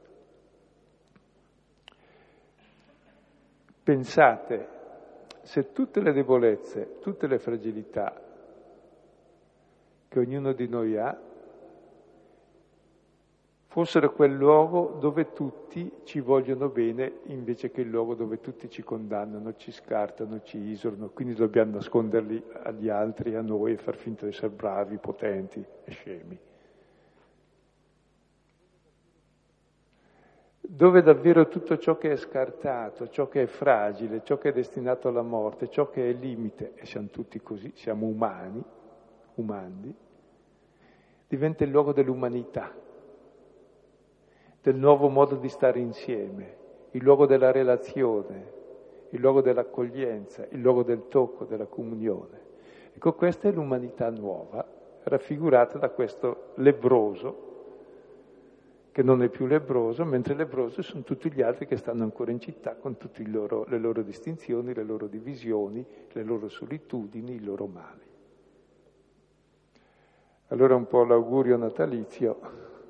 Pensate, se tutte le debolezze, tutte le fragilità che ognuno di noi ha fossero quel luogo dove tutti ci vogliono bene invece che il luogo dove tutti ci condannano, ci scartano, ci isolano, quindi dobbiamo nasconderli agli altri, a noi, e far finta di essere bravi, potenti e scemi. Dove davvero tutto ciò che è scartato, ciò che è fragile, ciò che è destinato alla morte, ciò che è limite, e siamo tutti così, siamo umani, umani, diventa il luogo dell'umanità, del nuovo modo di stare insieme, il luogo della relazione, il luogo dell'accoglienza, il luogo del tocco, della comunione. Ecco, questa è l'umanità nuova, raffigurata da questo lebbroso, che non è più lebbroso, mentre lebbrosi sono tutti gli altri che stanno ancora in città con tutte loro, le loro distinzioni, le loro divisioni, le loro solitudini, i loro mali. Allora un po' l'augurio natalizio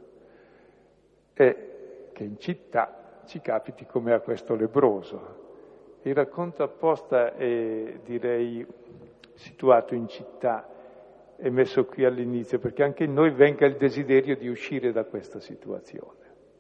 è che in città ci capiti come a questo lebbroso. Il racconto apposta è, direi, situato in città e messo qui all'inizio, perché anche in noi venga il desiderio di uscire da questa situazione.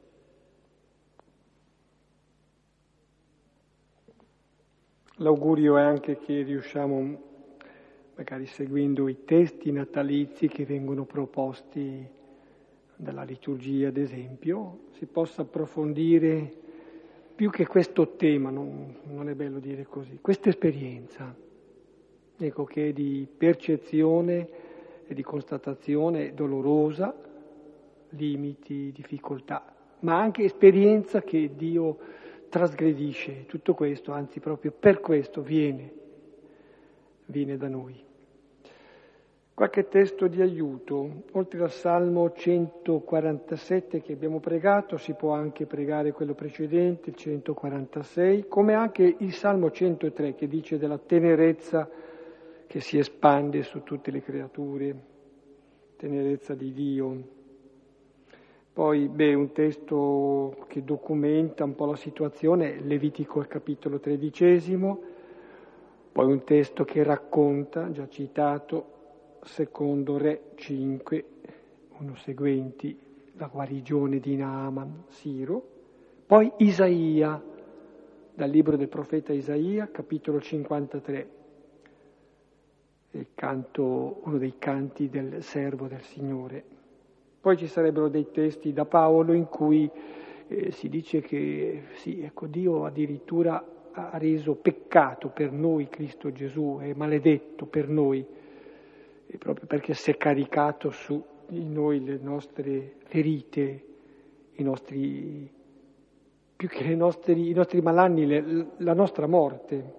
L'augurio è anche che riusciamo, magari seguendo i testi natalizi che vengono proposti dalla liturgia, ad esempio, si possa approfondire più che questo tema, non, non è bello dire così, questa esperienza, ecco, che è di percezione e di constatazione dolorosa, limiti, difficoltà, ma anche esperienza che Dio trasgredisce tutto questo, anzi proprio per questo viene, viene da noi. Qualche testo di aiuto, oltre al Salmo centoquarantasette che abbiamo pregato, si può anche pregare quello precedente, il centoquarantasei, come anche il Salmo centotré che dice della tenerezza che si espande su tutte le creature, tenerezza di Dio. Poi, beh, un testo che documenta un po' la situazione, Levitico al capitolo tredicesimo, poi un testo che racconta, già citato, secondo Re cinque, uno seguenti, la guarigione di Naaman, Siro, poi Isaia, dal libro del profeta Isaia, capitolo cinquantatré, il canto, uno dei canti del servo del Signore. Poi ci sarebbero dei testi da Paolo in cui eh, si dice che sì, ecco, Dio addirittura ha reso peccato per noi Cristo Gesù, è maledetto per noi, e proprio perché si è caricato su di noi le nostre ferite, i nostri, più che i nostri, i nostri malanni, le, la nostra morte.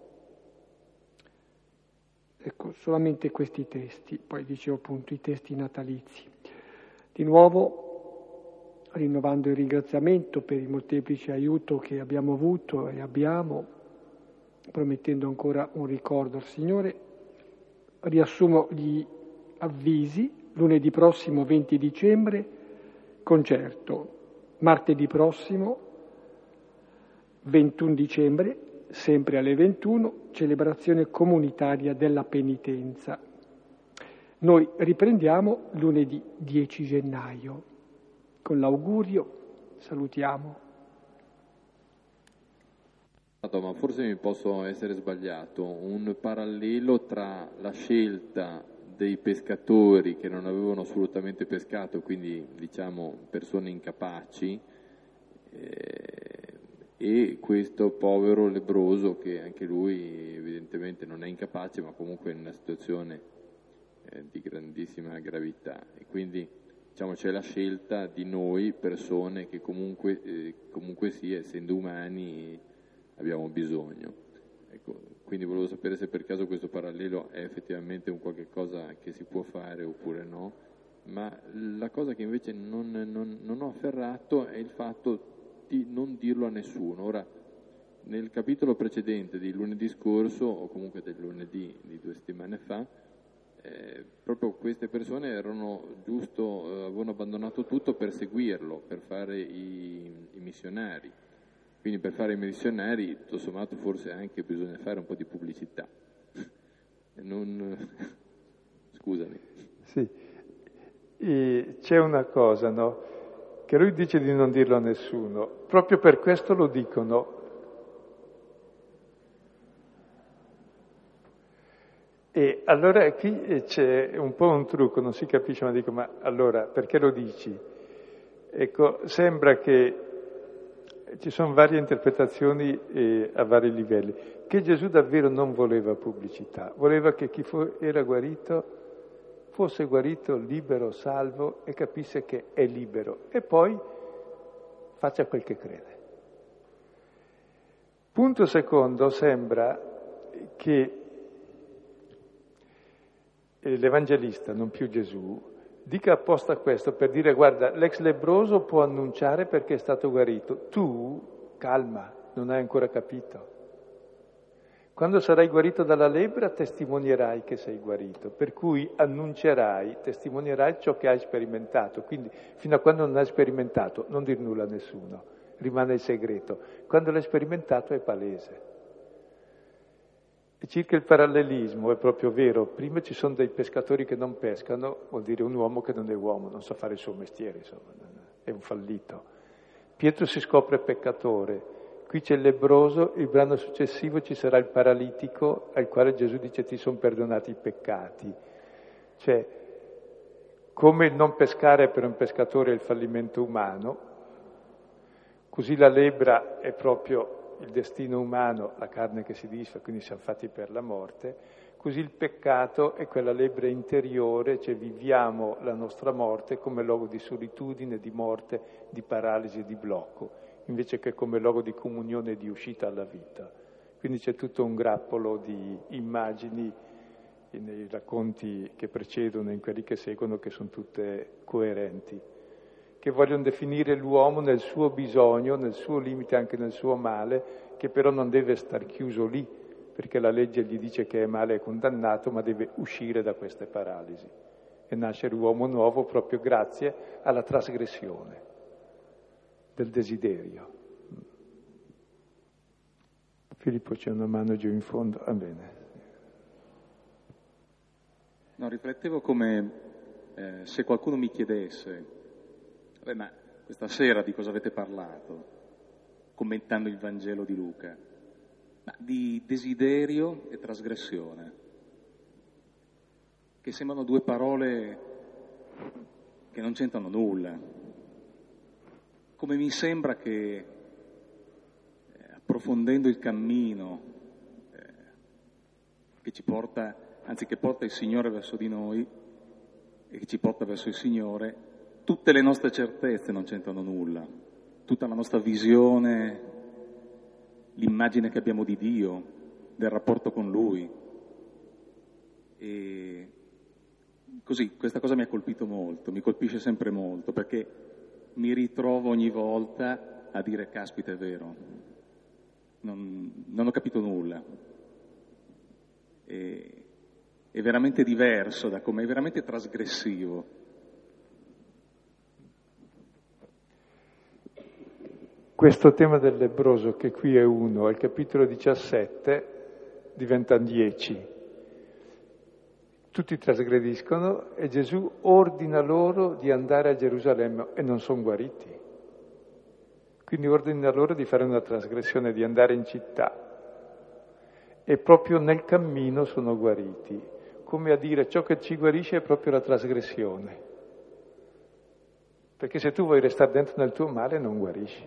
Ecco, solamente questi testi, poi dicevo appunto i testi natalizi. Di nuovo, rinnovando il ringraziamento per il molteplice aiuto che abbiamo avuto e abbiamo, promettendo ancora un ricordo al Signore, riassumo gli avvisi: lunedì prossimo venti dicembre, concerto; martedì prossimo ventuno dicembre, sempre alle ventuno, celebrazione comunitaria della penitenza. Noi riprendiamo lunedì dieci gennaio. Con l'augurio salutiamo. Ma forse mi posso essere sbagliato, un parallelo tra la scelta dei pescatori che non avevano assolutamente pescato, quindi diciamo persone incapaci, eh, e questo povero lebbroso che anche lui evidentemente non è incapace, ma comunque è in una situazione eh, di grandissima gravità, e quindi diciamo c'è la scelta di noi persone che comunque, eh, comunque sia, essendo umani, abbiamo bisogno. Ecco, quindi volevo sapere se per caso questo parallelo è effettivamente un qualche cosa che si può fare oppure no, ma la cosa che invece non, non, non ho afferrato è il fatto di non dirlo a nessuno. Ora, nel capitolo precedente di lunedì scorso, o comunque del lunedì di due settimane fa, eh, proprio queste persone erano giusto, eh, avevano abbandonato tutto per seguirlo, per fare i, i missionari. Quindi per fare i missionari, tutto sommato, forse anche bisogna fare un po' di pubblicità. Non... Scusami. Sì, e c'è una cosa, no? Che lui dice di non dirlo a nessuno. Proprio per questo lo dicono. E allora qui c'è un po' un trucco, non si capisce, ma dico, ma allora perché lo dici? Ecco, sembra che ci sono varie interpretazioni eh, a vari livelli, che Gesù davvero non voleva pubblicità, voleva che chi fu, era guarito fosse guarito, libero, salvo, e capisse che è libero, e poi faccia quel che crede. Punto secondo, sembra che l'Evangelista, non più Gesù, dica apposta questo per dire: guarda, l'ex lebbroso può annunciare perché è stato guarito, tu calma, non hai ancora capito. Quando sarai guarito dalla lebbra testimonierai che sei guarito, per cui annuncerai, testimonierai ciò che hai sperimentato. Quindi fino a quando non hai sperimentato non dir nulla a nessuno, rimane il segreto. Quando l'hai sperimentato è palese. E circa il parallelismo è proprio vero. Prima ci sono dei pescatori che non pescano, vuol dire un uomo che non è uomo, non sa fare il suo mestiere, insomma, è un fallito. Pietro si scopre peccatore. Qui c'è il lebbroso, il brano successivo ci sarà il paralitico al quale Gesù dice ti sono perdonati i peccati. Cioè, come il non pescare per un pescatore è il fallimento umano, così la lebbra è proprio il destino umano, la carne che si disfa, quindi siamo fatti per la morte, così il peccato è quella lebbra interiore, cioè viviamo la nostra morte come luogo di solitudine, di morte, di paralisi e di blocco, invece che come luogo di comunione e di uscita alla vita. Quindi c'è tutto un grappolo di immagini nei racconti che precedono e in quelli che seguono, che sono tutte coerenti, che vogliono definire l'uomo nel suo bisogno, nel suo limite, anche nel suo male, che però non deve star chiuso lì, perché la legge gli dice che è male e condannato, ma deve uscire da queste paralisi e nascere uomo nuovo proprio grazie alla trasgressione del desiderio. Filippo, c'è una mano giù in fondo. Va bene. No, riflettevo come eh, se qualcuno mi chiedesse, vabbè, ma questa sera di cosa avete parlato, commentando il Vangelo di Luca? Ma di desiderio e trasgressione, che sembrano due parole che non c'entrano nulla. Come mi sembra che, eh, approfondendo il cammino eh, che ci porta, anzi che porta il Signore verso di noi e che ci porta verso il Signore, tutte le nostre certezze non c'entrano nulla, tutta la nostra visione, l'immagine che abbiamo di Dio, del rapporto con Lui. E così, questa cosa mi ha colpito molto, mi colpisce sempre molto, perché mi ritrovo ogni volta a dire, caspita, è vero, non, non ho capito nulla. E è veramente diverso da come è veramente trasgressivo. Questo tema del lebbroso, che qui è uno, al capitolo diciassette diventano dieci. Tutti trasgrediscono e Gesù ordina loro di andare a Gerusalemme e non sono guariti. Quindi ordina loro di fare una trasgressione, di andare in città. E proprio nel cammino sono guariti. Come a dire, ciò che ci guarisce è proprio la trasgressione. Perché se tu vuoi restare dentro nel tuo male non guarisci.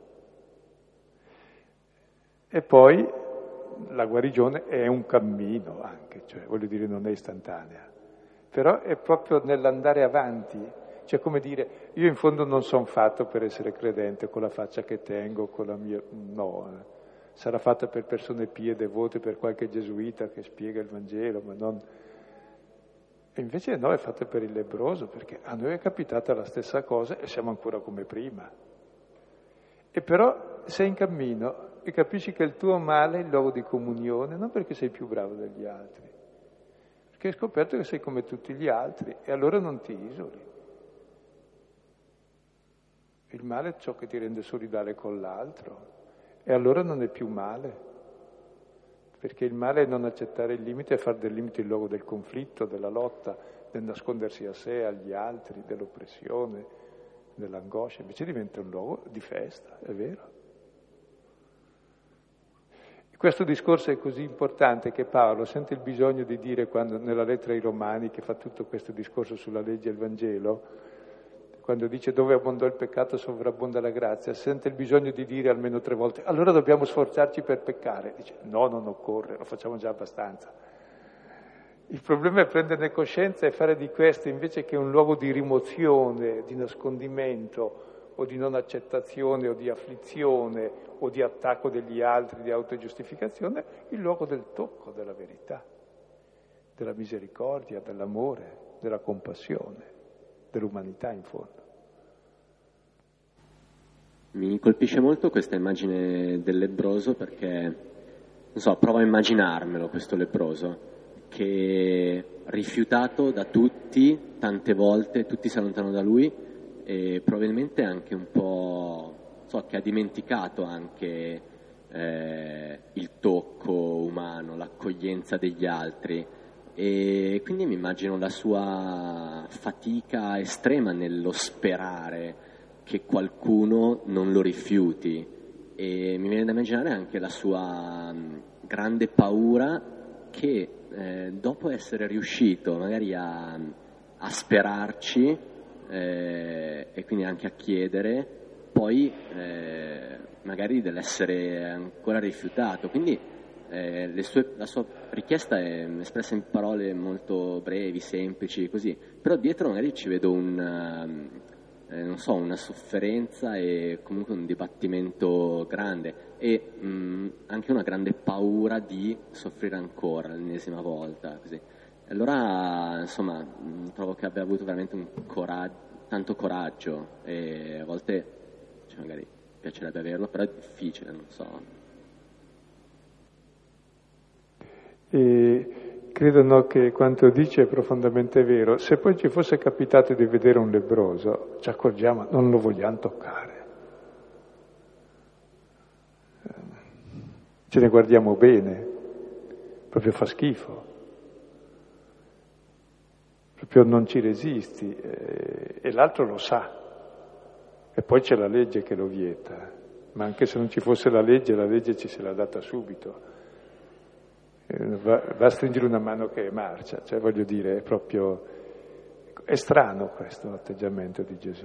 E poi la guarigione è un cammino anche, cioè voglio dire non è istantanea, però è proprio nell'andare avanti, cioè come dire, io in fondo non sono fatto per essere credente con la faccia che tengo, con la mia... no, eh. Sarà fatta per persone pie, devote, per qualche gesuita che spiega il Vangelo, ma non... E invece no, è fatta per il lebbroso, perché a noi è capitata la stessa cosa e siamo ancora come prima. E però sei in cammino e capisci che il tuo male è il luogo di comunione, non perché sei più bravo degli altri, perché hai scoperto che sei come tutti gli altri e allora non ti isoli. Il male è ciò che ti rende solidale con l'altro e allora non è più male, perché il male è non accettare il limite e fare del limite il luogo del conflitto, della lotta, del nascondersi a sé, agli altri, dell'oppressione, dell'angoscia, invece diventa un luogo di festa, è vero. Questo discorso è così importante che Paolo sente il bisogno di dire, quando nella lettera ai Romani, che fa tutto questo discorso sulla legge e il Vangelo, quando dice dove abbondò il peccato sovrabbonda la grazia, sente il bisogno di dire almeno tre volte, allora dobbiamo sforzarci per peccare. Dice, no, non occorre, lo facciamo già abbastanza. Il problema è prenderne coscienza e fare di questo, invece che un luogo di rimozione, di nascondimento, o di non accettazione, o di afflizione, o di attacco degli altri, di autogiustificazione, il luogo del tocco della verità, della misericordia, dell'amore, della compassione, dell'umanità in fondo. Mi colpisce molto questa immagine del lebbroso perché, non so, provo a immaginarmelo questo lebbroso, che rifiutato da tutti, tante volte, tutti si allontanano da lui, e probabilmente anche un po', so, che ha dimenticato anche eh, il tocco umano, l'accoglienza degli altri, e quindi mi immagino la sua fatica estrema nello sperare che qualcuno non lo rifiuti, e mi viene da immaginare anche la sua mh, grande paura che eh, dopo essere riuscito magari a, a sperarci, Eh, e quindi anche a chiedere, poi eh, magari dell'essere ancora rifiutato. Quindi eh, le sue, la sua richiesta è espressa in parole molto brevi, semplici, così, però dietro magari ci vedo un, eh, non so, una sofferenza e comunque un dibattimento grande e mh, anche una grande paura di soffrire ancora l'ennesima volta, così. Allora, insomma, trovo che abbia avuto veramente un coraggio, tanto coraggio, e a volte, cioè, magari piacerebbe averlo, però è difficile, non so. E credo no, che quanto dice è profondamente vero. Se poi ci fosse capitato di vedere un lebbroso, ci accorgiamo, non lo vogliamo toccare. Ce ne guardiamo bene, proprio fa schifo. Proprio non ci resisti, eh, e l'altro lo sa, e poi c'è la legge che lo vieta, ma anche se non ci fosse la legge, la legge ci se l'ha data subito, eh, va, va a stringere una mano che è marcia, cioè voglio dire, è proprio, è strano questo atteggiamento di Gesù.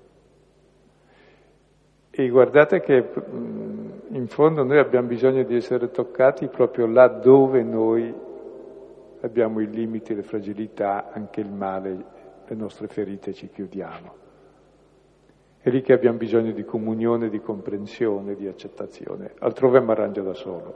E guardate che in fondo noi abbiamo bisogno di essere toccati proprio là dove noi abbiamo i limiti, le fragilità, anche il male, le nostre ferite, ci chiudiamo. È lì che abbiamo bisogno di comunione, di comprensione, di accettazione. Altrove mi arrangio da solo.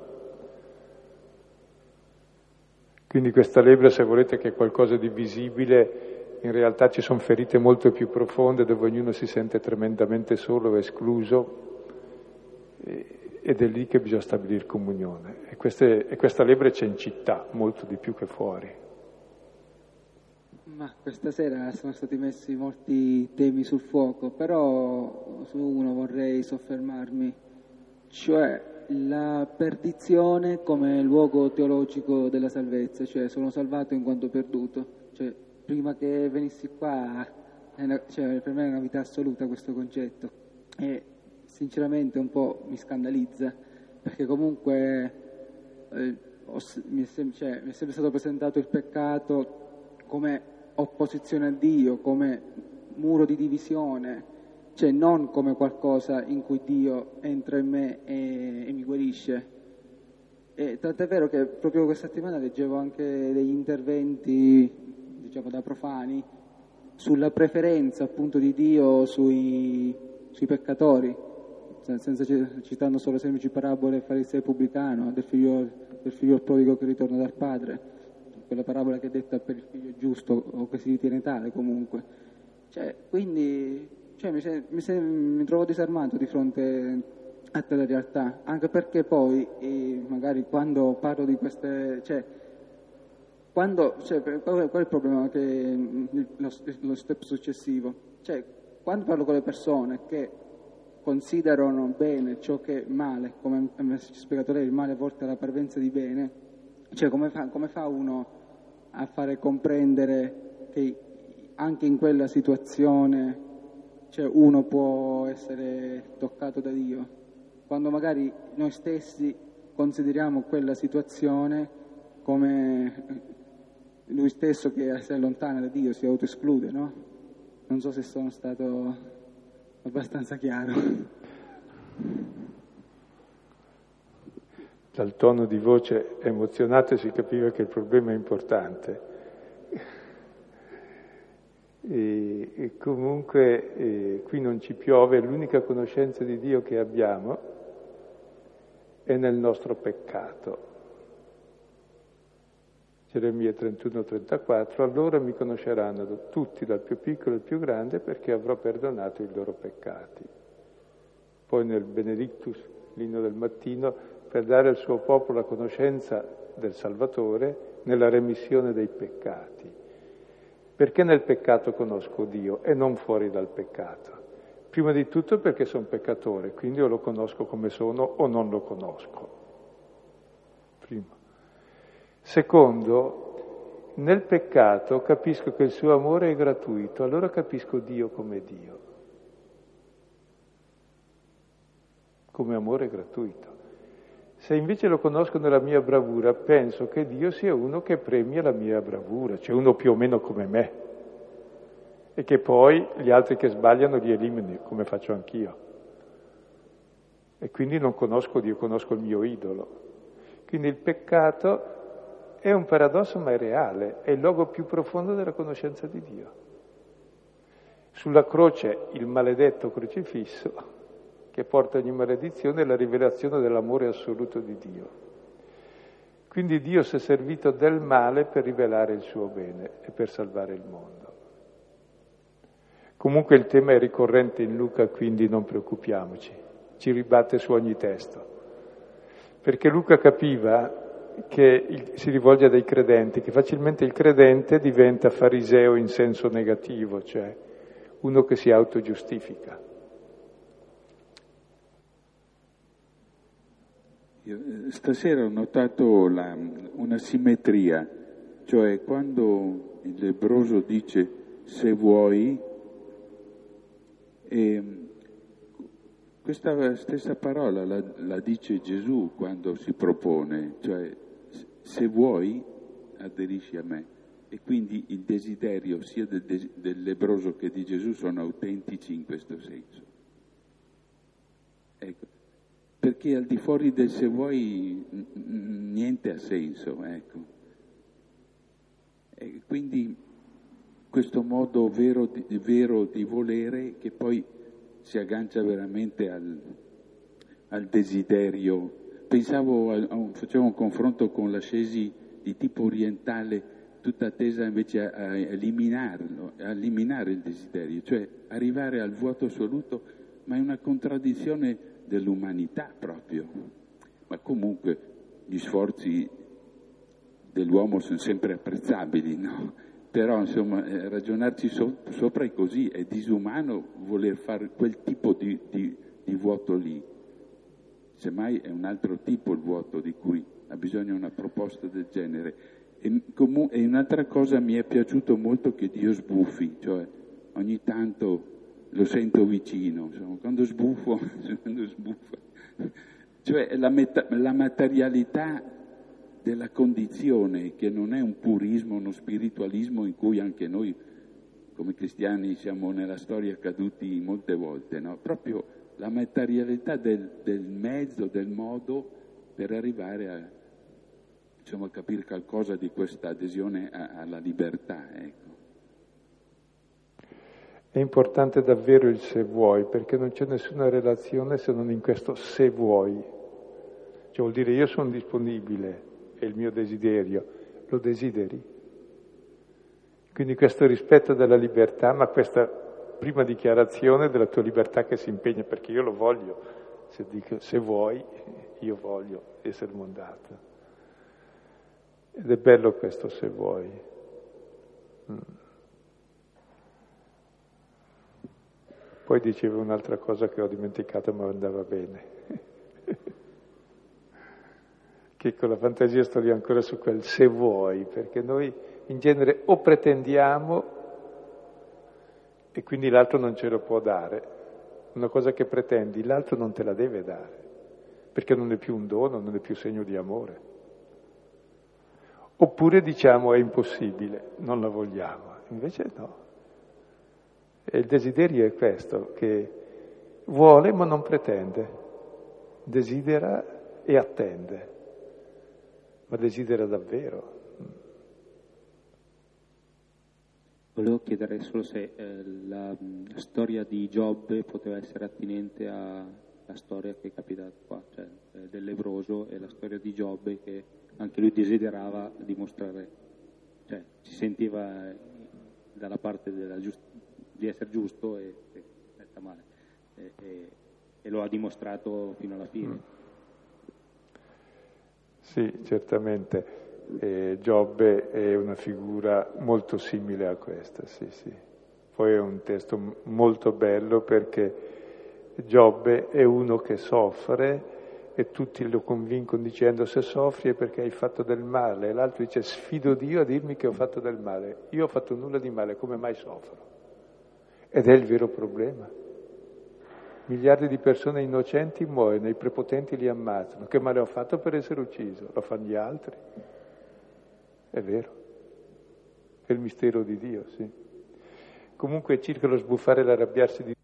Quindi questa lebbra, se volete, che è qualcosa di visibile, in realtà ci sono ferite molto più profonde dove ognuno si sente tremendamente solo e escluso, ed è lì che bisogna stabilire comunione. E, queste, e questa lebbra c'è in città, molto di più che fuori. Ma questa sera sono stati messi molti temi sul fuoco, però su uno vorrei soffermarmi, cioè la perdizione come luogo teologico della salvezza, cioè sono salvato in quanto perduto. Cioè, prima che venissi qua, è una, cioè, per me è una novità assoluta questo concetto e sinceramente un po' mi scandalizza, perché comunque eh, ho, mi, è sem- cioè, mi è sempre stato presentato il peccato come opposizione a Dio, come muro di divisione, cioè non come qualcosa in cui Dio entra in me e, e mi guarisce. E tant'è vero che proprio questa settimana leggevo anche degli interventi, diciamo, da profani sulla preferenza appunto di Dio sui, sui peccatori, senza citando solo semplici parabole fariseo e pubblicano, del figlio, del figlio prodigo che ritorna dal padre, quella parabola che è detta per il figlio giusto o che si ritiene tale comunque. Cioè, quindi cioè, mi, se, mi, se, mi trovo disarmato di fronte a tale realtà, anche perché poi eh, magari quando parlo di queste, cioè quando, cioè, qual è il problema che lo, lo step successivo? Cioè, quando parlo con le persone che considerano bene ciò che è male, come ha spiegato lei, il male a volte è la parvenza di bene, cioè come fa, come fa uno a fare comprendere che anche in quella situazione, cioè, uno può essere toccato da Dio, quando magari noi stessi consideriamo quella situazione come lui stesso che si allontana da Dio, si autoesclude, no? Non so se sono stato abbastanza chiaro. Dal tono di voce emozionato si capiva che il problema è importante. E, e comunque e, qui non ci piove, l'unica conoscenza di Dio che abbiamo è nel nostro peccato. Geremia trentuno trentaquattro, allora mi conosceranno tutti, dal più piccolo al più grande, perché avrò perdonato i loro peccati. Poi nel Benedictus, l'inno del mattino, per dare al suo popolo la conoscenza del Salvatore nella remissione dei peccati. Perché nel peccato conosco Dio e non fuori dal peccato? Prima di tutto perché sono peccatore, quindi o lo conosco come sono o non lo conosco. Primo. Secondo, nel peccato capisco che il suo amore è gratuito, allora capisco Dio come Dio, come amore gratuito. Se invece lo conosco nella mia bravura, penso che Dio sia uno che premia la mia bravura, cioè uno più o meno come me, e che poi gli altri che sbagliano li elimini, come faccio anch'io. E quindi non conosco Dio, conosco il mio idolo. Quindi il peccato è un paradosso, ma è reale, è il luogo più profondo della conoscenza di Dio. Sulla croce il maledetto crocifisso, che porta ogni maledizione, è la rivelazione dell'amore assoluto di Dio. Quindi Dio si è servito del male per rivelare il suo bene e per salvare il mondo. Comunque il tema è ricorrente in Luca, quindi non preoccupiamoci, ci ribatte su ogni testo. Perché Luca capiva che il, si rivolge a dei credenti, che facilmente il credente diventa fariseo in senso negativo, cioè uno che si autogiustifica. Io, stasera ho notato la, una simmetria, cioè quando il lebbroso dice se vuoi, e questa stessa parola la, la dice Gesù quando si propone, cioè se vuoi aderisci a me, e quindi il desiderio sia del, del lebbroso che di Gesù sono autentici in questo senso. Ecco. Perché al di fuori del se vuoi niente ha senso, ecco. E quindi questo modo vero di, vero di volere che poi si aggancia veramente al, al desiderio. Pensavo, a, a un, facevo un confronto con l'ascesi di tipo orientale, tutta tesa invece a, a eliminarlo, a eliminare il desiderio, cioè arrivare al vuoto assoluto, ma è una contraddizione dell'umanità proprio. Ma comunque gli sforzi dell'uomo sono sempre apprezzabili, no? però insomma eh, ragionarci so, sopra è così, è disumano voler fare quel tipo di, di, di vuoto lì. Semmai è un altro tipo il vuoto di cui ha bisogno una proposta del genere. E, comu- e un'altra cosa mi è piaciuto molto che Dio sbuffi, cioè ogni tanto lo sento vicino, insomma, quando sbuffo, quando sbuffa, cioè la, meta- la materialità della condizione, che non è un purismo, uno spiritualismo in cui anche noi come cristiani siamo nella storia caduti molte volte, no? Proprio la materialità del, del mezzo, del modo per arrivare a, diciamo, a capire qualcosa di questa adesione a, alla libertà, ecco. È importante davvero il se vuoi, perché non c'è nessuna relazione se non in questo se vuoi. Cioè vuol dire io sono disponibile, è il mio desiderio, lo desideri. Quindi questo rispetto della libertà, ma questa prima dichiarazione della tua libertà che si impegna, perché io lo voglio, se dico se vuoi, io voglio essere mondato. Ed è bello questo se vuoi. Mm. Poi dicevo un'altra cosa che ho dimenticato ma andava bene. Che con la fantasia sto lì ancora su quel se vuoi, perché noi in genere o pretendiamo e quindi l'altro non ce lo può dare. Una cosa che pretendi, l'altro non te la deve dare, perché non è più un dono, non è più segno di amore. Oppure diciamo è impossibile, non la vogliamo. Invece no. E il desiderio è questo, che vuole ma non pretende, desidera e attende, ma desidera davvero. Volevo chiedere solo se eh, la, la storia di Giobbe poteva essere attinente alla storia che è capitata qua, cioè eh, del lebbroso e la storia di Giobbe che anche lui desiderava dimostrare, cioè si sentiva dalla parte della giustizia, di essere giusto e, e, e sta male e, e, e lo ha dimostrato fino alla fine. Sì, certamente eh, Giobbe è una figura molto simile a questa, sì, sì. Poi è un testo m- molto bello perché Giobbe è uno che soffre e tutti lo convincono dicendo se soffri è perché hai fatto del male, e l'altro dice sfido Dio a dirmi che ho fatto del male, io ho fatto nulla di male, come mai soffro? Ed è il vero problema. Miliardi di persone innocenti muoiono, i prepotenti li ammazzano. Che male ho fatto per essere ucciso? Lo fanno gli altri. È vero. È il mistero di Dio, sì. Comunque circa lo sbuffare e l'arrabbiarsi di